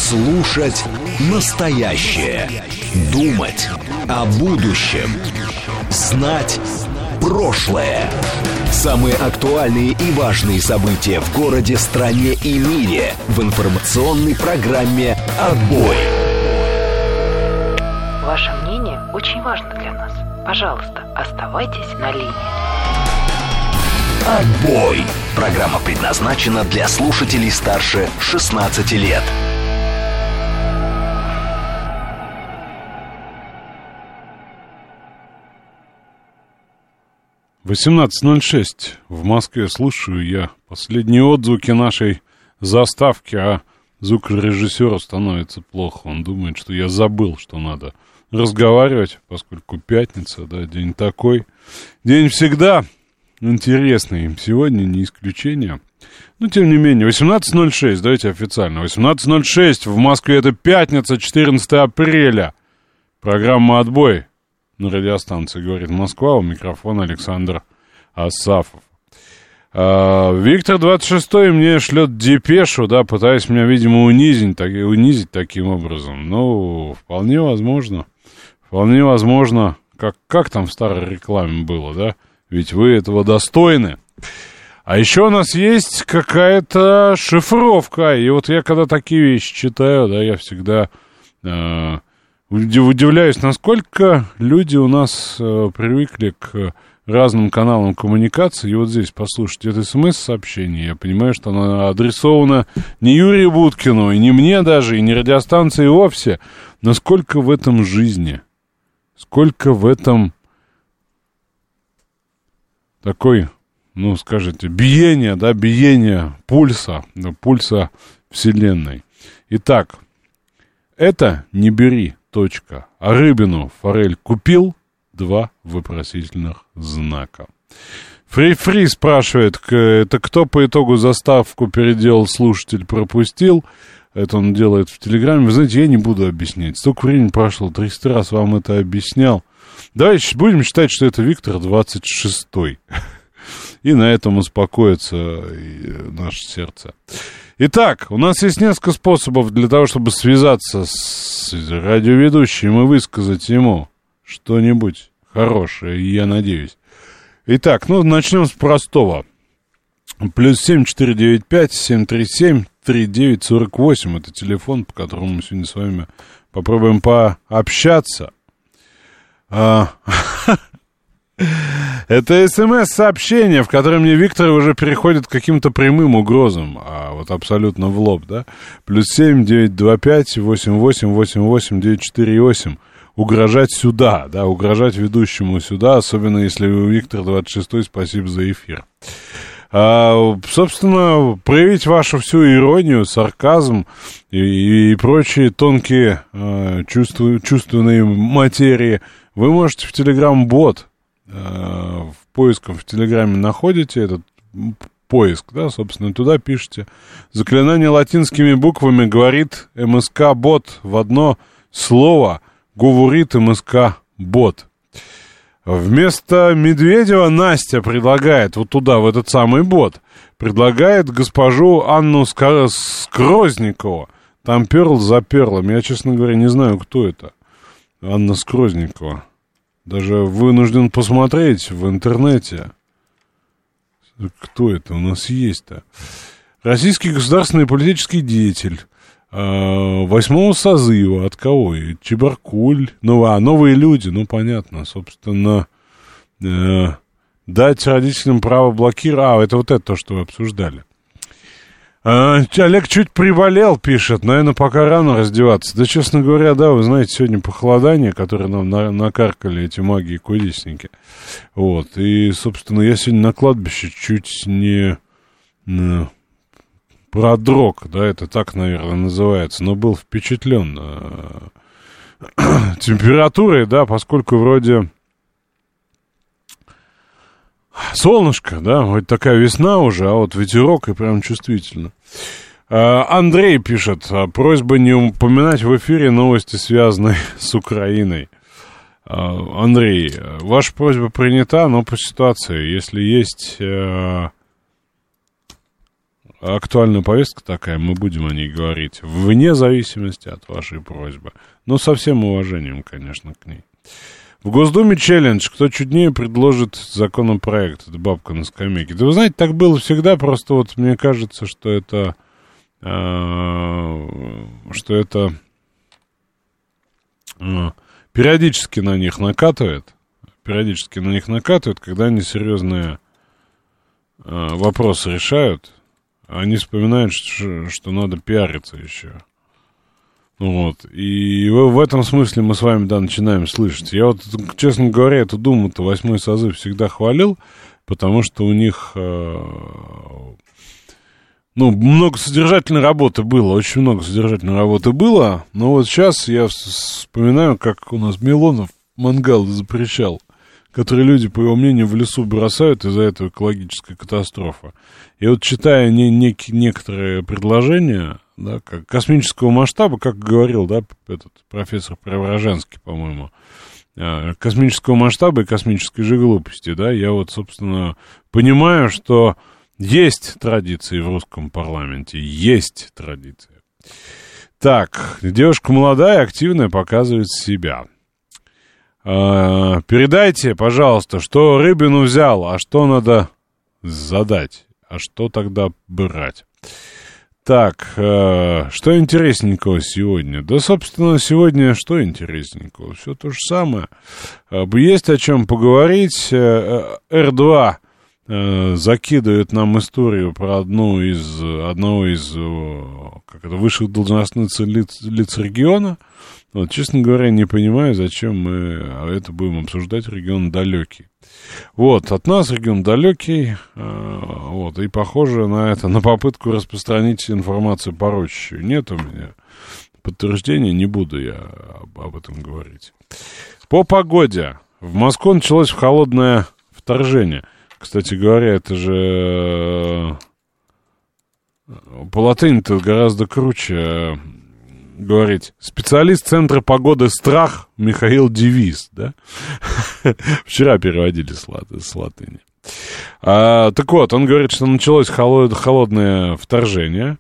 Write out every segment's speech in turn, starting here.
Слушать настоящее. Думать о будущем. Знать прошлое. Самые актуальные и важные события в городе, стране и мире в информационной программе «Отбой». Ваше мнение очень важно для нас. Пожалуйста, оставайтесь на линии. «Отбой». Программа предназначена для слушателей старше 16 лет. 18:06 в Москве. Слушаю я последние отзвуки нашей заставки, а звукорежиссеру становится плохо. Он думает, что я забыл, что надо разговаривать, поскольку пятница, да, день такой. День всегда интересный. Сегодня не исключение. Но, тем не менее, 18:06, давайте официально. 18:06 в Москве, это пятница, 14 апреля. Программа «Отбой» на радиостанции «Говорит Москва», у микрофона Александр Асафов. Виктор 26 мне шлет депешу, да, пытаясь меня, видимо, унизить таким образом. Ну, вполне возможно. Вполне возможно, как там в старой рекламе было, да? Ведь вы этого достойны. А еще у нас есть какая-то шифровка. И вот я когда такие вещи читаю, да, я всегда удивляюсь, насколько люди у нас привыкли к разным каналам коммуникации. И вот здесь, послушайте, это СМС-сообщение. Я понимаю, что оно адресовано не Юрию Буткину, и не мне даже, и не радиостанции вовсе. Но сколько в этом жизни, сколько в этом такой, ну, скажите, биение, да, биение пульса, да, пульса Вселенной. Итак, это не бери, точка. А рыбину форель купил? 2 вопросительных знака. Фри-фри спрашивает, это кто по итогу заставку переделал, слушатель пропустил? Это он делает в Телеграме. Вы знаете, я не буду объяснять. Столько времени прошло, 300 раз вам это объяснял. Давайте будем считать, что это Виктор 26-й. И на этом успокоится наше сердце. Итак, у нас есть несколько способов для того, чтобы связаться с радиоведущим и высказать ему что-нибудь хорошее, я надеюсь. Итак, ну, начнем с простого. +7 495 737 3948. Это телефон, по которому мы сегодня с вами попробуем пообщаться. Это СМС-сообщение, в котором мне Виктор уже переходит к каким-то прямым угрозам, а вот абсолютно в лоб, да? +7 925 88 88 948. Угрожать сюда, да, угрожать ведущему сюда, особенно если вы Виктор 26-й, спасибо за эфир. Собственно, проявить вашу всю иронию, сарказм и прочие тонкие чувственные материи вы можете в Telegram-бот. В поисках в Телеграме находите этот поиск, да, собственно, туда пишите. Заклинание латинскими буквами говорит МСК-бот в одно слово. Говорит МСК-бот. Вместо Медведева Настя предлагает вот туда, в этот самый бот, предлагает госпожу Анну Скрозникову. Там перл за перлом. Я, честно говоря, не знаю, кто это. Анна Скрозникова. Даже вынужден посмотреть в интернете. Кто это у нас есть-то? Российский государственный политический деятель 8-го созыва. От кого? Чебаркуль. Новые люди. Ну, понятно. Собственно, дать родителям право блокировать. Это вот это то, что вы обсуждали. Олег чуть приболел, пишет. Наверное, пока рано раздеваться. Да, честно говоря, да, вы знаете, сегодня похолодание, которое нам накаркали эти маги и кудесники. Вот. И, собственно, я сегодня на кладбище чуть не продрог, да, это так, наверное, называется, но был впечатлен температурой, да, поскольку вроде солнышко, да, вот такая весна уже, а вот ветерок и прям чувствительно. Андрей пишет, просьба не упоминать в эфире новости, связанные с Украиной. Андрей, ваша просьба принята, но по ситуации, если есть актуальная повестка такая, мы будем о ней говорить, вне зависимости от вашей просьбы. Но со всем уважением, конечно, к ней. В Госдуме челлендж. Кто чуднее предложит законопроект? Это бабка на скамейке. Да вы знаете, так было всегда, просто вот мне кажется, что это периодически на них накатывает, когда они серьезные вопросы решают, они вспоминают, что надо пиариться еще. Вот. И в этом смысле мы с вами, да, начинаем слышать. Я вот, честно говоря, эту Думу-то 8-й созыв всегда хвалил, потому что у них, много содержательной работы было, очень много содержательной работы было, но вот сейчас я вспоминаю, как у нас Милонов мангал запрещал, которые люди, по его мнению, в лесу бросают, из-за этого экологическая катастрофа. И вот читая некоторые предложения, да, как космического масштаба, как говорил, да, этот профессор Преображенский, по-моему, космического масштаба и космической же глупости, да, я вот, собственно, понимаю, что есть традиции в русском парламенте, есть традиции. Так, девушка молодая, активная, показывает себя. Передайте, пожалуйста, что Рыбину взял, а что надо задать, а что тогда брать. Так, что интересненького сегодня? Да, собственно, сегодня что интересненького? Все то же самое. Есть о чем поговорить. Р2 закидывает нам историю про одного из высших должностных лиц региона. Вот, честно говоря, не понимаю, зачем мы это будем обсуждать, регион далекий. Вот, от нас регион далекий, вот, и похоже на попытку распространить информацию порочащую. Нет у меня подтверждения, не буду я об этом говорить. По погоде. В Москву началось холодное вторжение. Кстати говоря, это же по латыни-то гораздо круче говорить. Специалист Центра погоды «Страх» Михаил Девиз, да? Вчера переводили с латыни. Так вот, он говорит, что началось холодное вторжение.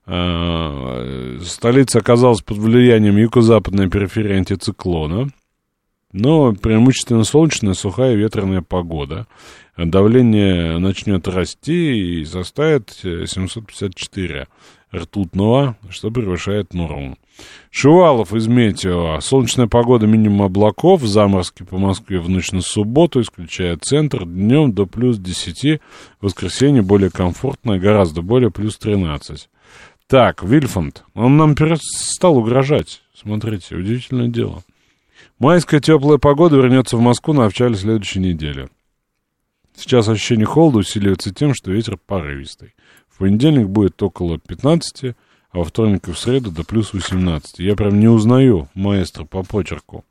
Столица оказалась под влиянием юго-западной периферии антициклона. Но преимущественно солнечная, сухая и ветреная погода. Давление начнет расти и составит 754 ртутного, что превышает норму. Шувалов из Метео. Солнечная погода, минимум облаков, заморозки по Москве в ночь на субботу, исключая центр, днем до плюс 10, в воскресенье более комфортное, гораздо более плюс 13. Так, Вильфанд, он нам перестал угрожать. Смотрите, удивительное дело. Майская теплая погода вернется в Москву на начале следующей недели. Сейчас ощущение холода усиливается тем, что ветер порывистый. В понедельник будет около 15, а во вторник и в среду до плюс 18. Я прям не узнаю маэстро по почерку.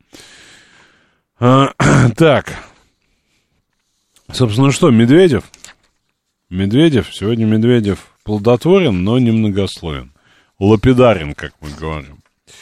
Так. Собственно, что, Медведев? Сегодня Медведев плодотворен, но немногословен. Лапидарен, как мы говорим.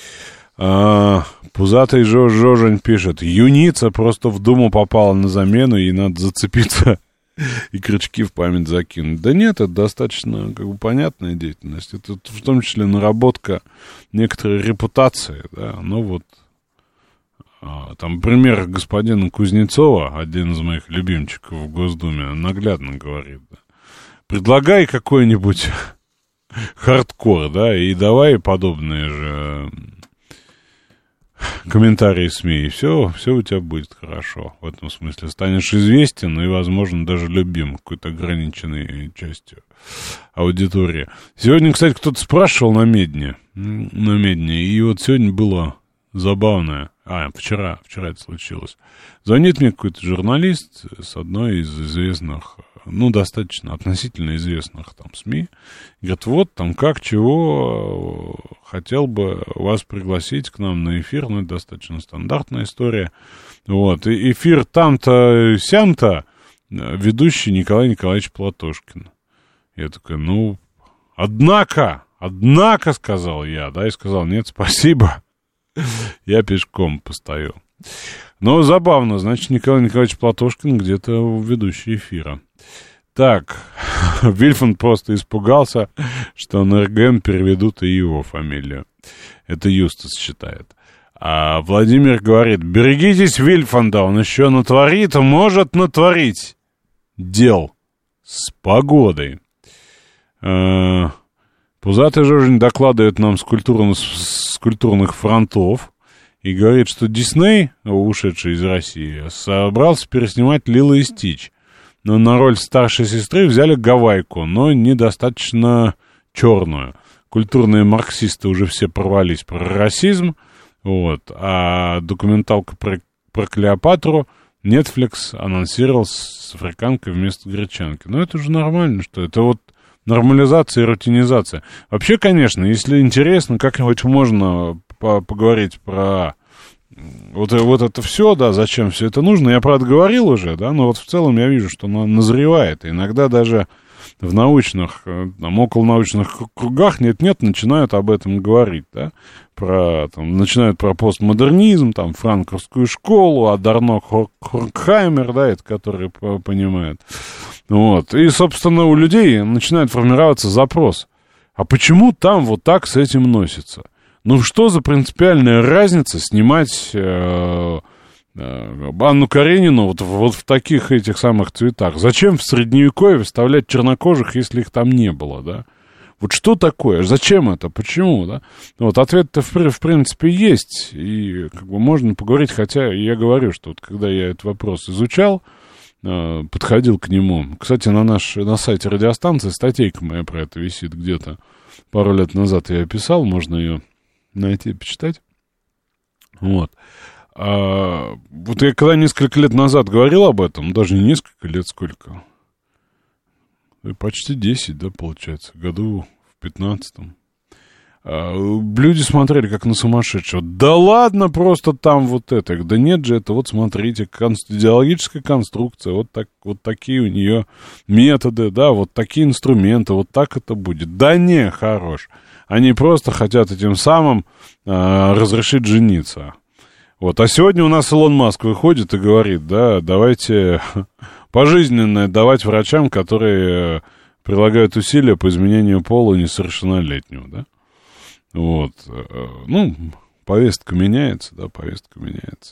Пузатый Жожень пишет: юница просто в Думу попала на замену, и надо зацепиться и крючки в память закинуть. Да нет, это достаточно понятная деятельность. Это в том числе наработка некоторой репутации, да. Ну вот, там пример господина Кузнецова, один из моих любимчиков в Госдуме, наглядно говорит, да. Предлагай какой-нибудь хардкор, да, и давай подобные же комментарии СМИ, и все у тебя будет хорошо. В этом смысле станешь известен и, возможно, даже любим какой-то ограниченной частью аудитории. Сегодня, кстати, кто-то спрашивал на Медне, и вот сегодня было забавное. Вчера это случилось. Звонит мне какой-то журналист с одной из известных, достаточно относительно известных там СМИ. Говорит, вот там как, чего, хотел бы вас пригласить к нам на эфир. Это достаточно стандартная история. Вот, и эфир там-то, сям-то, ведущий Николай Николаевич Платошкин. Я такой, однако, сказал я, да, и сказал, нет, спасибо. Я пешком постою. Но забавно, значит, Николай Николаевич Платошкин где-то ведущий эфира. Так, Вильфанд просто испугался, что на РГН переведут и его фамилию. Это Юстас считает. А Владимир говорит: берегитесь Вильфанда, он еще натворит, может натворить дел с погодой. Пузатый Жожень докладывает нам с культурных фронтов и говорит, что Дисней, ушедший из России, собрался переснимать Лило и Стич. Но на роль старшей сестры взяли Гавайку, но недостаточно черную. Культурные марксисты уже все порвались про расизм, вот, а документалка про Клеопатру Netflix анонсировал с африканкой вместо гречанки. Но это же нормально, что это вот нормализация и рутинизация. Вообще, конечно, если интересно, как-нибудь можно поговорить про вот это все, да, зачем все это нужно. Я, правда, говорил уже, да, но вот в целом я вижу, что оно назревает. И иногда даже в научных, там, околонаучных кругах нет-нет, начинают об этом говорить, да, начинают про постмодернизм, там, франковскую школу, Адарно, Хоркхаймер, да, это которые понимают. Вот, и, собственно, у людей начинает формироваться запрос. А почему там вот так с этим носится? Ну, что за принципиальная разница снимать Анну Каренину вот в таких этих самых цветах? Зачем в Средневековье вставлять чернокожих, если их там не было, да? Вот что такое? Зачем это? Почему, да? Вот ответ-то в принципе есть, и как бы можно поговорить, хотя я говорю, что вот когда я этот вопрос изучал, подходил к нему. Кстати, на сайте радиостанции статейка моя про это висит где-то. Пару лет назад я писал, можно ее найти и почитать. Вот. Вот я когда несколько лет назад говорил об этом, даже не несколько лет, сколько? Почти 10, да, получается, году в 15-м. Люди смотрели как на сумасшедшего. Да ладно, просто там вот это. Да нет же, это вот смотрите, идеологическая конструкция, вот такие у нее методы, да, вот такие инструменты, вот так это будет. Да не, хорош. Они просто хотят этим самым разрешить жениться. Вот. А сегодня у нас Илон Маск выходит и говорит, да, давайте пожизненное давать врачам, которые прилагают усилия по изменению пола несовершеннолетнего, да. Вот. Ну, повестка меняется, да, повестка меняется.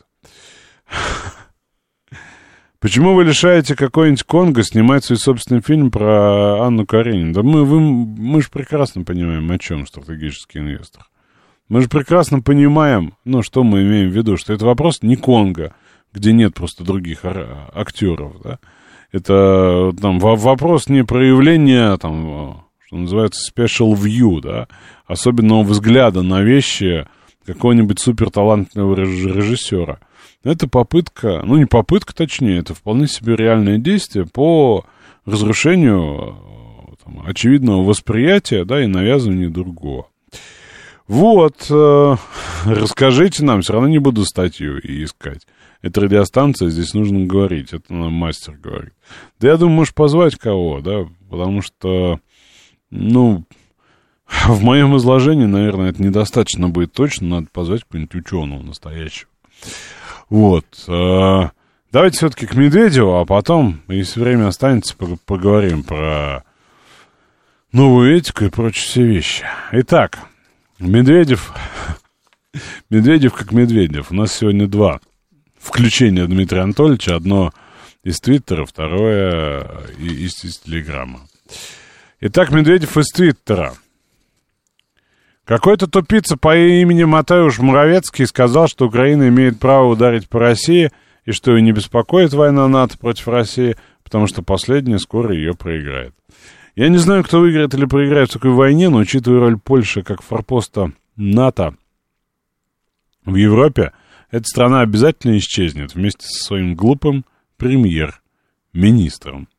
Почему вы лишаете какой-нибудь Конго снимать свой собственный фильм про Анну Каренину? Да мы же прекрасно понимаем, о чем стратегический инвестор. Мы же прекрасно понимаем, ну, что мы имеем в виду, что это вопрос не Конго, где нет просто других актеров, да. Это там вопрос не проявления, там, что называется, special view, да, особенного взгляда на вещи какого-нибудь суперталантливого режиссера. Это попытка, ну, не попытка, точнее, это вполне себе реальное действие по разрушению там, очевидного восприятия, да, и навязыванию другого. Вот, расскажите нам, все равно не буду статью искать. Это радиостанция, здесь нужно говорить, это нам мастер говорит. Да я думаю, можешь позвать кого, да, потому что, ну, в моем изложении, наверное, это недостаточно будет точно, надо позвать какого-нибудь ученого настоящего. Вот, давайте все-таки к Медведеву, а потом, если время останется, поговорим про новую этику и прочие все вещи. Итак, Медведев как Медведев. У нас сегодня два включения Дмитрия Анатольевича. Одно из Твиттера, второе из Телеграма. Итак, Медведев из Твиттера. Какой-то тупица по имени Матеуш Моровецкий сказал, что Украина имеет право ударить по России, и что ее не беспокоит война НАТО против России, потому что последняя скоро ее проиграет. Я не знаю, кто выиграет или проиграет в такой войне, но учитывая роль Польши как форпоста НАТО в Европе, эта страна обязательно исчезнет вместе со своим глупым премьер-министром.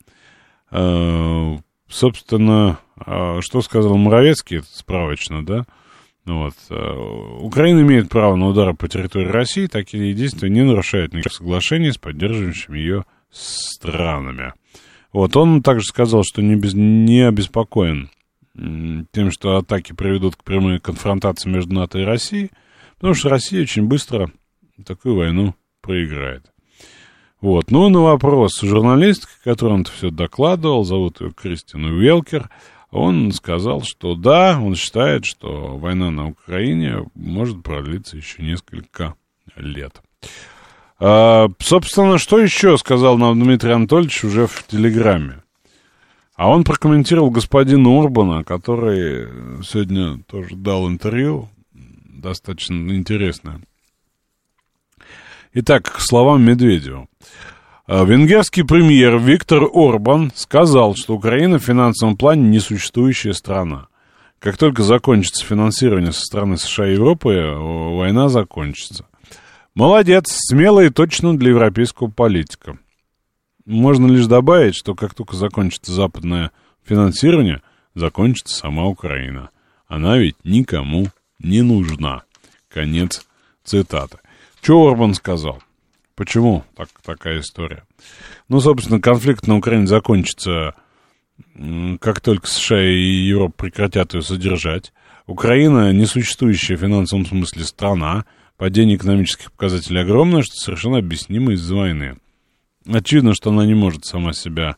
Собственно, что сказал Моровецкий, это справочно, да? Вот. Украина имеет право на удары по территории России, такие действия не нарушают никаких соглашений с поддерживающими ее странами. Вот, он также сказал, что не обеспокоен тем, что атаки приведут к прямой конфронтации между НАТО и Россией, потому что Россия очень быстро такую войну проиграет. Вот. Ну, на вопрос журналистки, которой он это все докладывал, зовут ее Кристин Уэлкер, он сказал, что да, он считает, что война на Украине может продлиться еще несколько лет. Собственно, что еще сказал нам Дмитрий Анатольевич уже в Телеграме? А он прокомментировал господина Орбана, который сегодня тоже дал интервью, достаточно интересное. Итак, к словам Медведева. Венгерский премьер Виктор Орбан сказал, что Украина в финансовом плане несуществующая страна. Как только закончится финансирование со стороны США и Европы, война закончится. Молодец, смело и точно для европейского политика. Можно лишь добавить, что как только закончится западное финансирование, закончится сама Украина. Она ведь никому не нужна. Конец цитаты. Что Орбан сказал? Почему такая история? Ну, собственно, конфликт на Украине закончится, как только США и Европа прекратят ее содержать. Украина несуществующая в финансовом смысле страна. Падение экономических показателей огромное, что совершенно объяснимо из-за войны. Очевидно, что она не может сама себя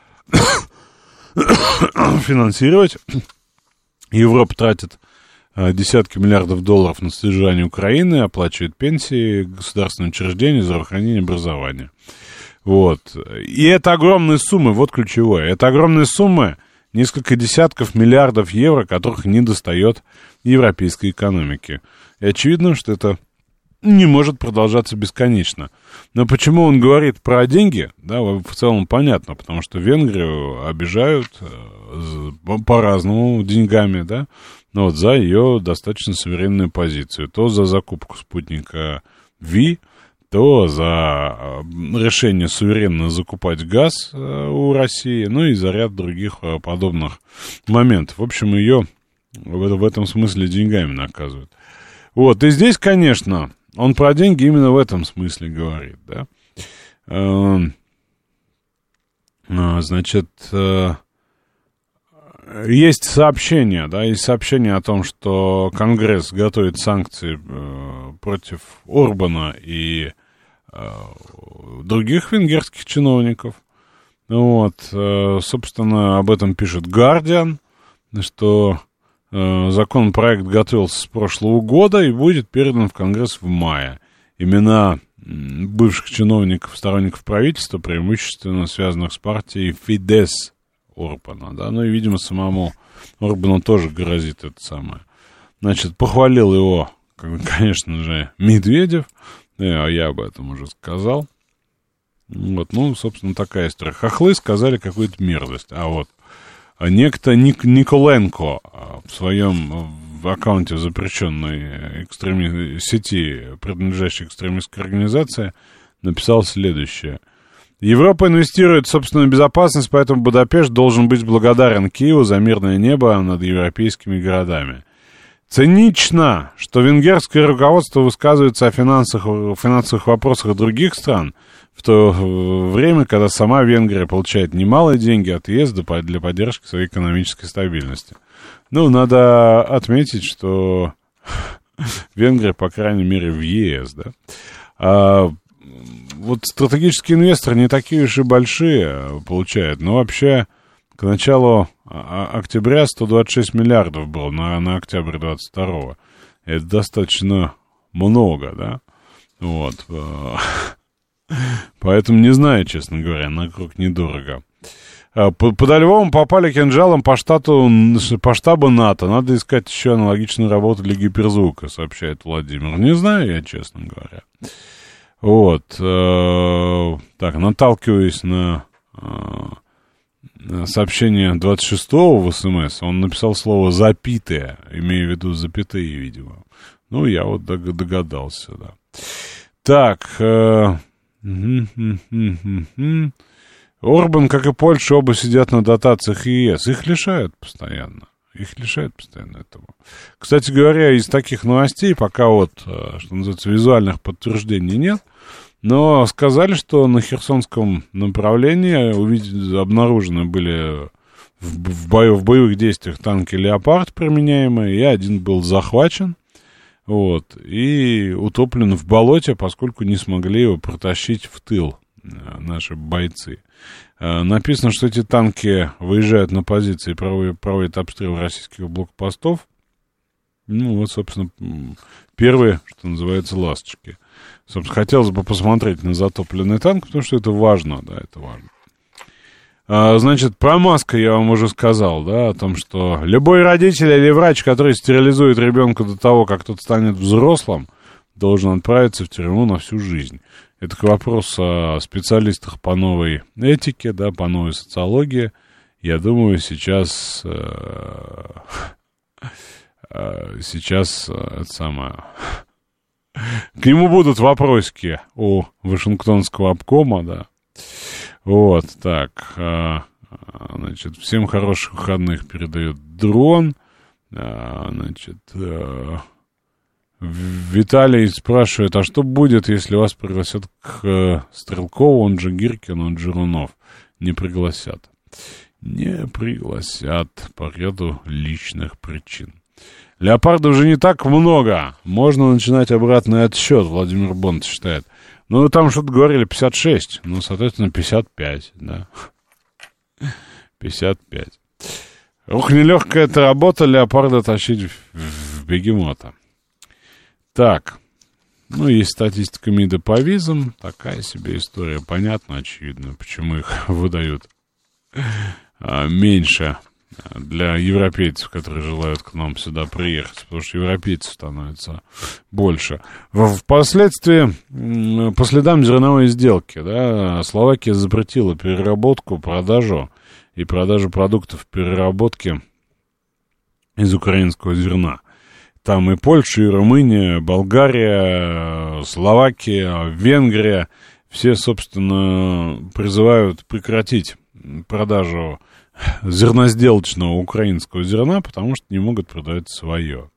финансировать. Европа тратит десятки миллиардов долларов на содержание Украины, оплачивает пенсии, государственные учреждения, здравоохранение, образование. Вот. И это огромные суммы, вот ключевое. Это огромные суммы, несколько десятков миллиардов евро, которых не достает европейской экономике. И очевидно, что это не может продолжаться бесконечно. Но почему он говорит про деньги, да, в целом понятно, потому что Венгрию обижают по-разному деньгами, да, но вот за ее достаточно суверенную позицию. То за закупку спутника Ви, то за решение суверенно закупать газ у России, ну и за ряд других подобных моментов. В общем, ее в этом смысле деньгами наказывают. Вот, и здесь, конечно, он про деньги именно в этом смысле говорит, да. Значит, есть сообщение, да, есть сообщение о том, что Конгресс готовит санкции против Орбана и других венгерских чиновников. Вот, собственно, об этом пишет Guardian, что законопроект готовился с прошлого года и будет передан в Конгресс в мае. Имена бывших чиновников, сторонников правительства, преимущественно связанных с партией Фидес Орбана, да, ну и, видимо, самому Орбану тоже грозит это самое. Значит, похвалил его, конечно же, Медведев, я об этом уже сказал. Вот, ну, собственно, такая история. Хохлы сказали какую-то мерзость, а вот некто Николенко в своем аккаунте в запрещенной сети, принадлежащей экстремистской организации, написал следующее. Европа инвестирует в собственную безопасность, поэтому Будапешт должен быть благодарен Киеву за мирное небо над европейскими городами. Цинично, что венгерское руководство высказывается о финансовых вопросах других стран, в то время, когда сама Венгрия получает немалые деньги от ЕС для поддержки своей экономической стабильности. Ну, надо отметить, что Венгрия, по крайней мере, в ЕС, да. Вот стратегические инвесторы не такие уж и большие получают, но вообще к началу октября 126 миллиардов было на октябрь 22-го. Это достаточно много, да? Вот. Поэтому не знаю, честно говоря, на круг недорого. Подо Львовом попали кинжалом по штабу НАТО. Надо искать еще аналогичную работу для гиперзвука, сообщает Владимир. Не знаю я, честно говоря. Вот. Так, наталкиваясь на сообщение 26-го в СМС, он написал слово «запитые», имея в виду запятые, видимо. Ну, я вот догадался, да. Так. Орбан, как и Польша, оба сидят на дотациях ЕС. Их лишают постоянно этого. Кстати говоря, из таких новостей пока вот, что называется, визуальных подтверждений нет, но сказали, что на Херсонском направлении обнаружены были в боевых действиях танки «Леопард» применяемые, и один был захвачен, вот, и утоплен в болоте, поскольку не смогли его протащить в тыл наши бойцы. Написано, что эти танки выезжают на позиции и проводят обстрел российских блокпостов. Ну, вот, собственно, первые, что называется, ласточки. Собственно, хотелось бы посмотреть на затопленный танк, потому что это важно, да, это важно. Значит, про маску я вам уже сказал, да, о том, что любой родитель или врач, который стерилизует ребенка до того, как тот станет взрослым, должен отправиться в тюрьму на всю жизнь. Это к вопросу о специалистах по новой этике, да, по новой социологии. Я думаю, сейчас это самое... К нему будут вопросики у Вашингтонского обкома, да. Вот, так, значит, всем хороших выходных передает дрон, значит, Виталий спрашивает, а что будет, если вас пригласят к Стрелкову, он же Гиркин, он же Рунов? Не пригласят. Не пригласят по ряду личных причин. Леопардов уже не так много, можно начинать обратный отсчет, Владимир Бонд считает. Ну, там что-то говорили 56, ну, соответственно, 55, да. 55. Ух, нелегкая эта работа леопарда тащить в бегемота. Так, ну, есть статистика МИДа по визам, такая себе история, понятно, очевидно, почему их выдают меньше для европейцев, которые желают к нам сюда приехать, потому что европейцев становится больше. Впоследствии, по следам зерновой сделки, да, Словакия запретила переработку, продажу продуктов переработки из украинского зерна. Там и Польша, и Румыния, Болгария, Словакия, Венгрия, все, собственно, призывают прекратить продажу зерносделочного украинского зерна, потому что не могут продавать свое.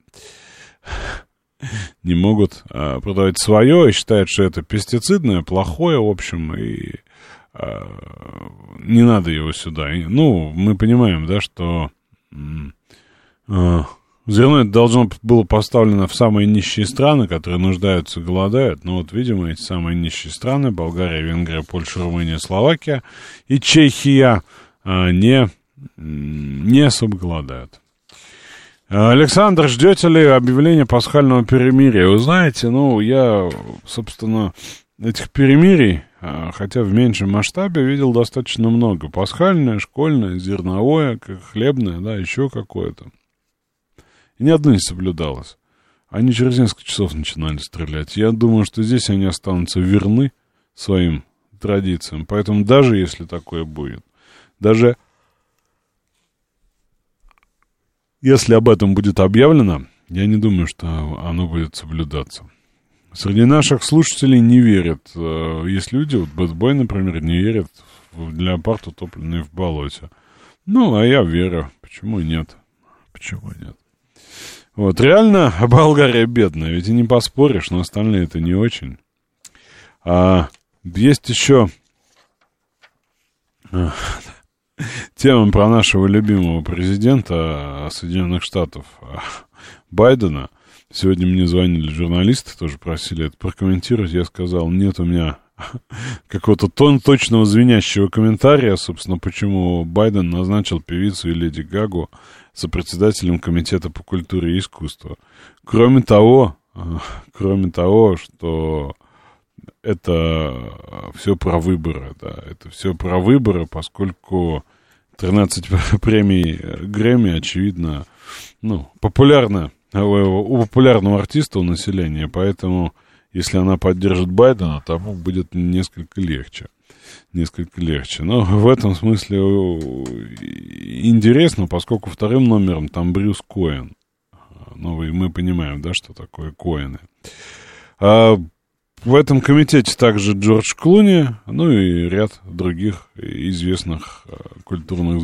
Не могут продавать свое и считают, что это пестицидное, плохое, в общем, и не надо его сюда. Ну, мы понимаем, да, что зерно это должно было поставлено в самые нищие страны, которые нуждаются и голодают. Но вот, видимо, эти самые нищие страны, Болгария, Венгрия, Польша, Румыния, Словакия и Чехия, не особо голодают. Александр, ждете ли объявления пасхального перемирия? Вы знаете, ну, я, собственно, этих перемирий, хотя в меньшем масштабе, видел достаточно много. Пасхальное, школьное, зерновое, хлебное, да, еще какое-то. И ни одно не соблюдалось. Они через несколько часов начинали стрелять. Я думаю, что здесь они останутся верны своим традициям. Поэтому даже если такое будет, даже если об этом будет объявлено, я не думаю, что оно будет соблюдаться. Среди наших слушателей не верят. Есть люди, вот Бэтбой, например, не верят в леопард, утопленный в болоте. Ну, а я верю. Почему нет? Почему нет? Вот, реально, Болгария бедная, ведь и не поспоришь, но остальные это не очень. Есть еще тема про нашего любимого президента Соединенных Штатов Байдена. Сегодня мне звонили журналисты, тоже просили это прокомментировать. Я сказал, нет у меня какого-то точного звенящего комментария, собственно, почему Байден назначил певицу и Леди Гагу сопредседателем Комитета по культуре и искусству. Кроме того, что это все про выборы, да, это все про выборы, поскольку 13 премий Грэмми, очевидно, ну, популярно у популярного артиста, у населения, поэтому, если она поддержит Байдена, тому будет несколько легче. Но в этом смысле интересно, поскольку вторым номером там Брюс Коэн. Ну, мы понимаем, да, что такое Коэны. В этом комитете также Джордж Клуни, ну и ряд других известных культурных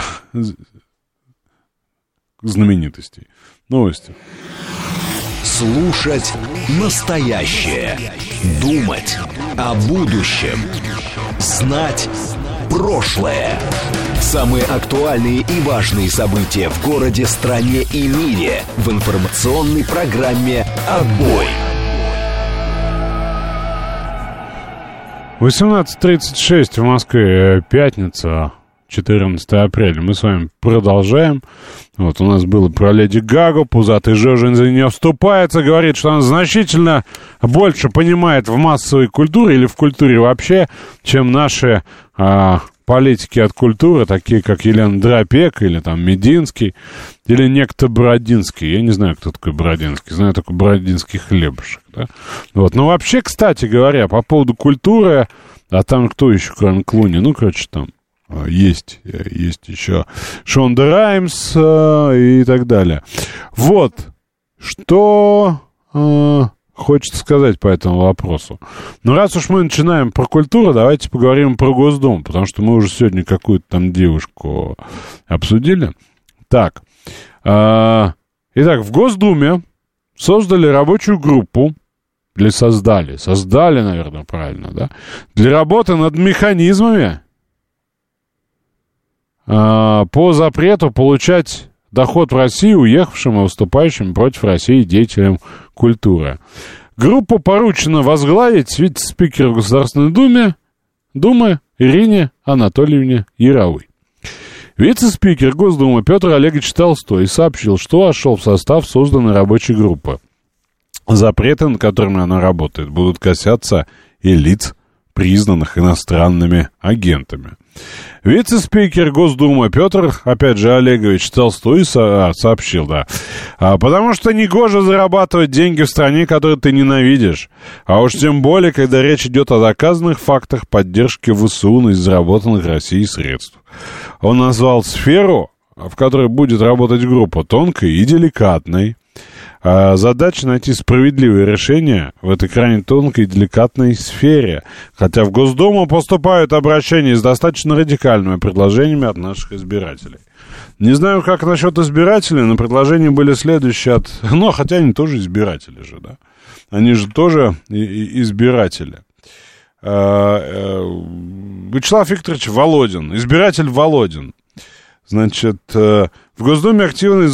знаменитостей. Новости. Слушать настоящее. Думать о будущем. Знать прошлое. Самые актуальные и важные события в городе, стране и мире в информационной программе «Отбой». 18:36 в Москве, пятница, 14 апреля. Мы с вами продолжаем. Вот у нас было про Леди Гагу. Пузатый Жожин за нее вступается, говорит, что она значительно больше понимает в массовой культуре или в культуре вообще, чем наши политики от культуры, такие как Елена Дропек или там Мединский, или некто Бородинский. Я не знаю, кто такой Бородинский, знаю только Бородинский хлебушек. Да? Вот. Но вообще, кстати говоря, по поводу культуры, а там кто еще, кроме Клуни? Ну, короче, там есть еще Шонда Раймс и так далее. Вот, что хочется сказать по этому вопросу. Но раз уж мы начинаем про культуру, давайте поговорим про Госдуму, потому что мы уже сегодня какую-то там девушку обсудили. Так, итак, в Госдуме создали рабочую группу, или создали, наверное, правильно, да, для работы над механизмами по запрету получать доход в России уехавшим и выступающим против России деятелям культуры. Группу поручено возглавить вице-спикеру Государственной Думы Ирине Анатольевне Яровой. Вице-спикер Госдумы Петр Олегович Толстой сообщил, что вошел в состав созданной рабочей группы. Запреты, над которыми она работает, будут касаться и лиц, признанных иностранными агентами. Вице-спикер Госдумы Петр, опять же, Олегович Толстой сообщил, да. Потому что негоже зарабатывать деньги в стране, которую ты ненавидишь. А уж тем более, когда речь идет о доказанных фактах поддержки ВСУ из заработанных Россией средств. Он назвал сферу, в которой будет работать группа, тонкой и деликатной. Задача найти справедливое решение в этой крайне тонкой и деликатной сфере. Хотя в Госдуму поступают обращения с достаточно радикальными предложениями от наших избирателей. Не знаю, как насчет избирателей, но предложения были следующие от... Ну, хотя они тоже избиратели же, да? Они же тоже избиратели. Вячеслав Викторович Володин, избиратель Володин. Значит, в Госдуме активно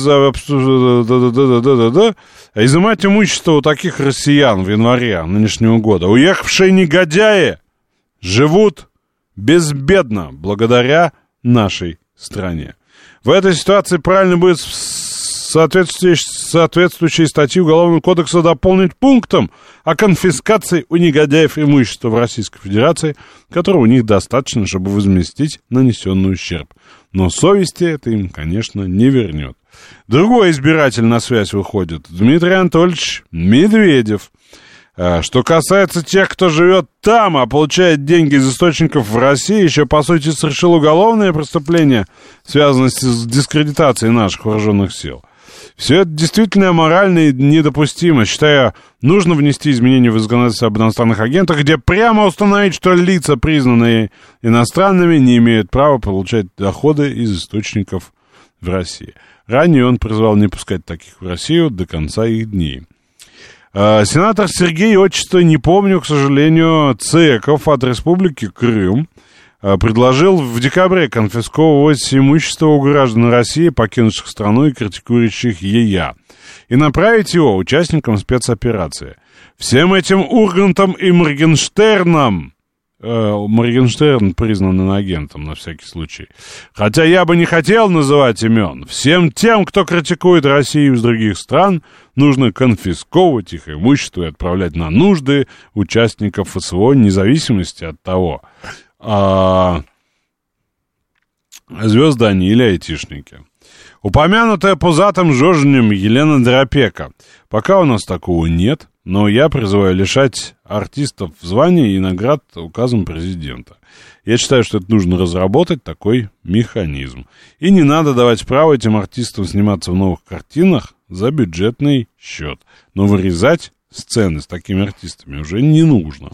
изымать имущество у таких россиян в январе нынешнего года. Уехавшие негодяи живут безбедно благодаря нашей стране. В этой ситуации правильно будет соответствующие статьи Уголовного кодекса дополнить пунктом о конфискации у негодяев имущества в Российской Федерации, которого у них достаточно, чтобы возместить нанесенный ущерб. Но совести это им, конечно, не вернет. Другой избиратель на связь выходит. Дмитрий Анатольевич Медведев. Что касается тех, кто живет там, а получает деньги из источников в России, еще, по сути, совершил уголовное преступление, связанное с дискредитацией наших вооруженных сил. Все это действительно аморально и недопустимо. Считаю, нужно внести изменения в законодательство об иностранных агентах, где прямо установить, что лица, признанные иностранными, не имеют права получать доходы из источников в России. Ранее он призвал не пускать таких в Россию до конца их дней. Сенатор Сергей, отчество не помню, к сожалению, Цеков от Республики Крым, предложил в декабре конфисковывать имущество у граждан России, покинувших страну и критикующих ЕЯ, и направить его участникам спецоперации. Всем этим Ургантом и Моргенштерном, Моргенштерн признан иноагентом на всякий случай, хотя я бы не хотел называть имен, всем тем, кто критикует Россию из других стран, нужно конфисковывать их имущество и отправлять на нужды участников СВО, вне зависимости от того, звезды они или айтишники. Упомянутая пузатым Жожинем Елена Дропека. Пока у нас такого нет, но я призываю лишать артистов званий и наград указом президента. Я считаю, что это нужно разработать, такой механизм. И не надо давать право этим артистам сниматься в новых картинах за бюджетный счет. Но вырезать сцены с такими артистами уже не нужно.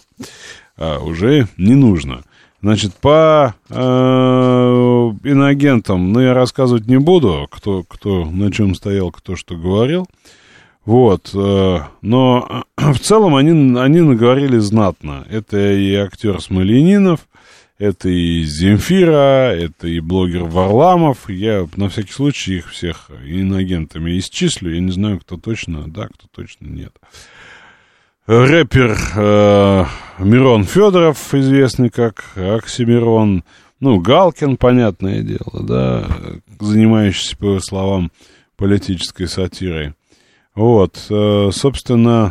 Значит, по иноагентам, я рассказывать не буду, кто на чем стоял, кто что говорил. Вот, но в целом они наговорили знатно. Это и актер Смольянинов, это и Земфира, это и блогер Варламов. Я на всякий случай их всех иноагентами исчислю. Я не знаю, кто точно да, кто точно нет. рэпер Мирон Федоров, известный как Оксимирон, ну, Галкин, понятное дело, да, занимающийся, по его словам, политической сатирой. Вот, собственно,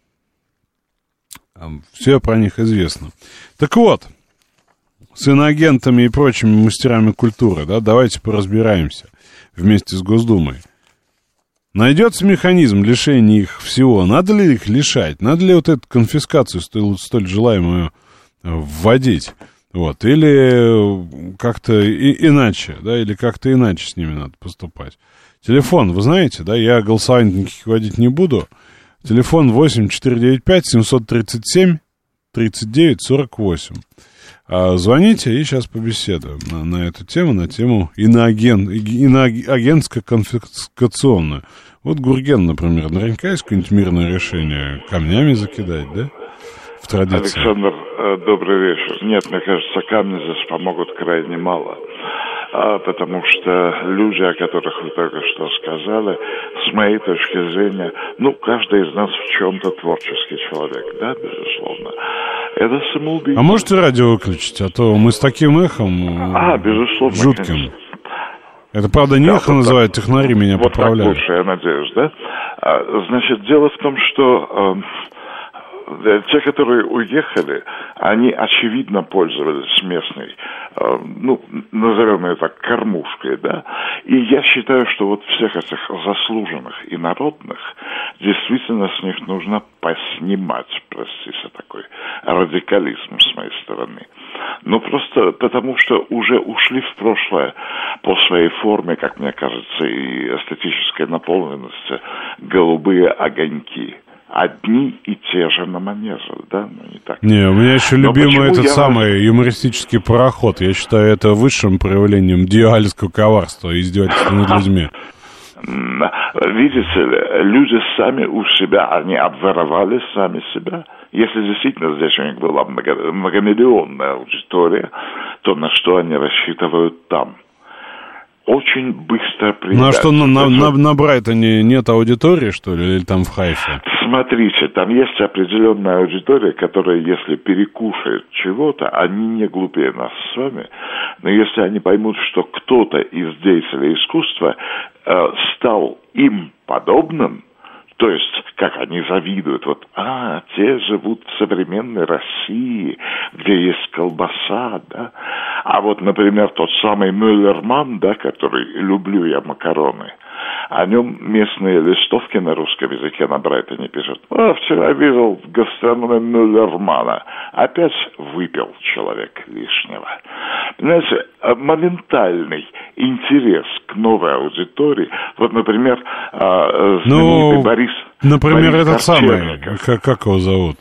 все про них известно. Так вот, с иноагентами и прочими мастерами культуры, да, давайте поразбираемся вместе с Госдумой. Найдется механизм лишения их всего? Надо ли их лишать? Надо ли вот эту конфискацию столь желаемую вводить? Вот, или как-то иначе, да, или как-то иначе с ними надо поступать. Телефон, вы знаете, да, я голосование никаких вводить не буду. Телефон 8-495-737-39-48. Звоните и сейчас побеседуем на эту тему, на тему иноагентско-конфискационную. Вот Гурген, например, наверняка есть какое-нибудь мирное решение камнями закидать, да? В традиции. Александр, добрый вечер. Нет, мне кажется, камни здесь помогут крайне мало. Потому что люди, о которых вы только что сказали, с моей точки зрения, ну, каждый из нас в чем-то творческий человек, да, безусловно. Это самоубийство. А можете радио выключить, а то мы с таким эхом безусловно, жутким. Конечно. Это, правда, не эхо называют, технари меня вот поправляют. Вот так лучше, я надеюсь, да? Значит, дело в том, что те, которые уехали, они, очевидно, пользовались местной, ну, назовем ее так, кормушкой, да, и я считаю, что вот всех этих заслуженных и народных действительно с них нужно поснимать, простите, такой радикализм с моей стороны. Ну, просто потому, что уже ушли в прошлое по своей форме, как мне кажется, и эстетической наполненности голубые огоньки. Одни и те же на манеже, да? Ну, не так. Не, у меня еще любимый этот самый юмористический пароход. Я считаю это высшим проявлением дьявольского коварства и издевательства над людьми. Видите ли, люди сами у себя, они обворовали сами себя. Если действительно здесь у них была многомиллионная аудитория, то на что они рассчитывают там? Очень быстро приедать. Ну, а что, на Брайтоне нет аудитории, что ли, или там в Хайфе? Смотрите, там есть определенная аудитория, которая, если перекушает чего-то, они не глупее нас с вами, но если они поймут, что кто-то из деятелей искусства стал им подобным, то есть, как они завидуют, вот, те живут в современной России, где есть колбаса, да, а вот, например, тот самый Мюллерман, да, который «люблю я макароны», о нем местные листовки на русском языке на Брайтоне пишут. Вчера видел в гастрономе Мюллермана. Опять выпил человек лишнего. Понимаете, моментальный интерес к новой аудитории. Вот, например, знаменитый Борис. Например, Борис этот самый, как его зовут?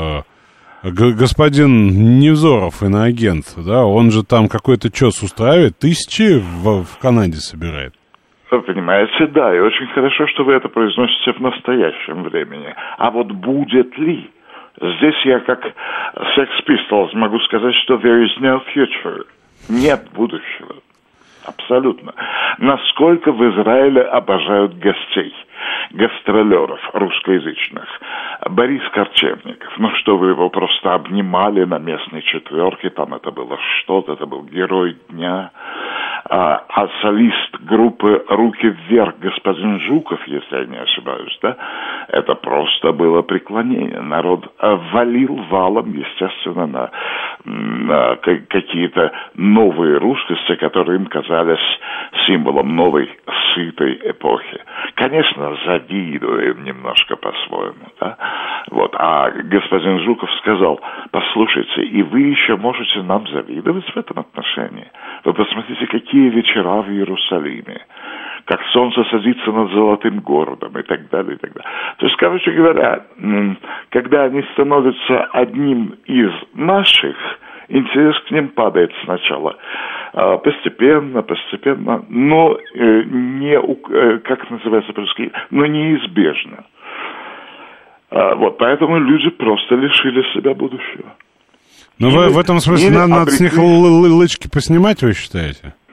Господин Невзоров, иноагент, да? Он же там какой-то чёс устраивает, тысячи в Канаде собирает. Вы понимаете, да, и очень хорошо, что вы это произносите в настоящем времени. А вот будет ли? Здесь я, как Sex Pistols, могу сказать, что there is no future. Нет будущего. Абсолютно. Насколько в Израиле обожают гостей, гастролеров русскоязычных. Борис Корчевников. Ну что, вы его просто обнимали на местной четверке, там это было что-то, это был герой дня. А солист группы «Руки вверх» господин Жуков, если я не ошибаюсь, да, это просто было преклонение. Народ валил валом, естественно, на какие-то новые русскости, которые им казались символом новой, сытой эпохи. Конечно, завидуем немножко по-своему, да. Вот. А господин Жуков сказал: послушайте, и вы еще можете нам завидовать в этом отношении. Вы посмотрите, какие вечера в Иерусалиме, как солнце садится над золотым городом и так далее, и так далее. То есть, короче говоря, когда они становятся одним из наших, интерес к ним падает сначала. Постепенно, но не, как называется по-русски, но неизбежно. Вот, поэтому люди просто лишили себя будущего. Ну, в этом смысле надо с них лычки поснимать, вы считаете?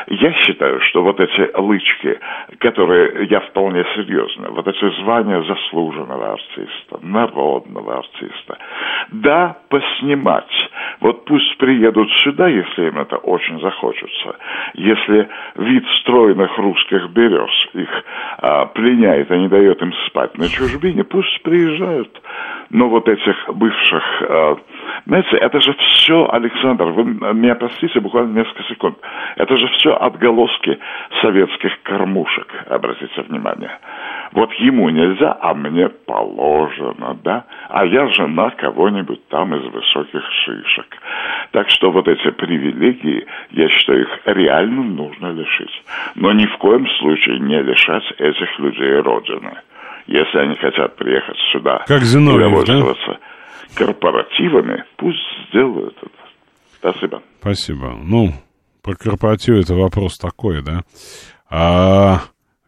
Я считаю, что вот эти лычки, которые я вполне серьезно, вот эти звания заслуженного артиста, народного артиста, да, поснимать. Вот пусть приедут сюда, если им это очень захочется. Если вид стройных русских берез их пленяет, а не дает им спать на чужбине, пусть приезжают. Но вот этих бывших... знаете, это же все, Александр, вы меня простите, буквально несколько секунд. Это же все отголоски советских кормушек, обратите внимание. Вот ему нельзя, а мне положено, да? А я жена кого-нибудь там из высоких шишек. Так что вот эти привилегии, я считаю, их реально нужно лишить. Но ни в коем случае не лишать этих людей родины. Если они хотят приехать сюда как Зиновьев, и довольствоваться корпоративами, пусть сделают это. Спасибо. Спасибо. Ну, про корпоративы это вопрос такой, да? А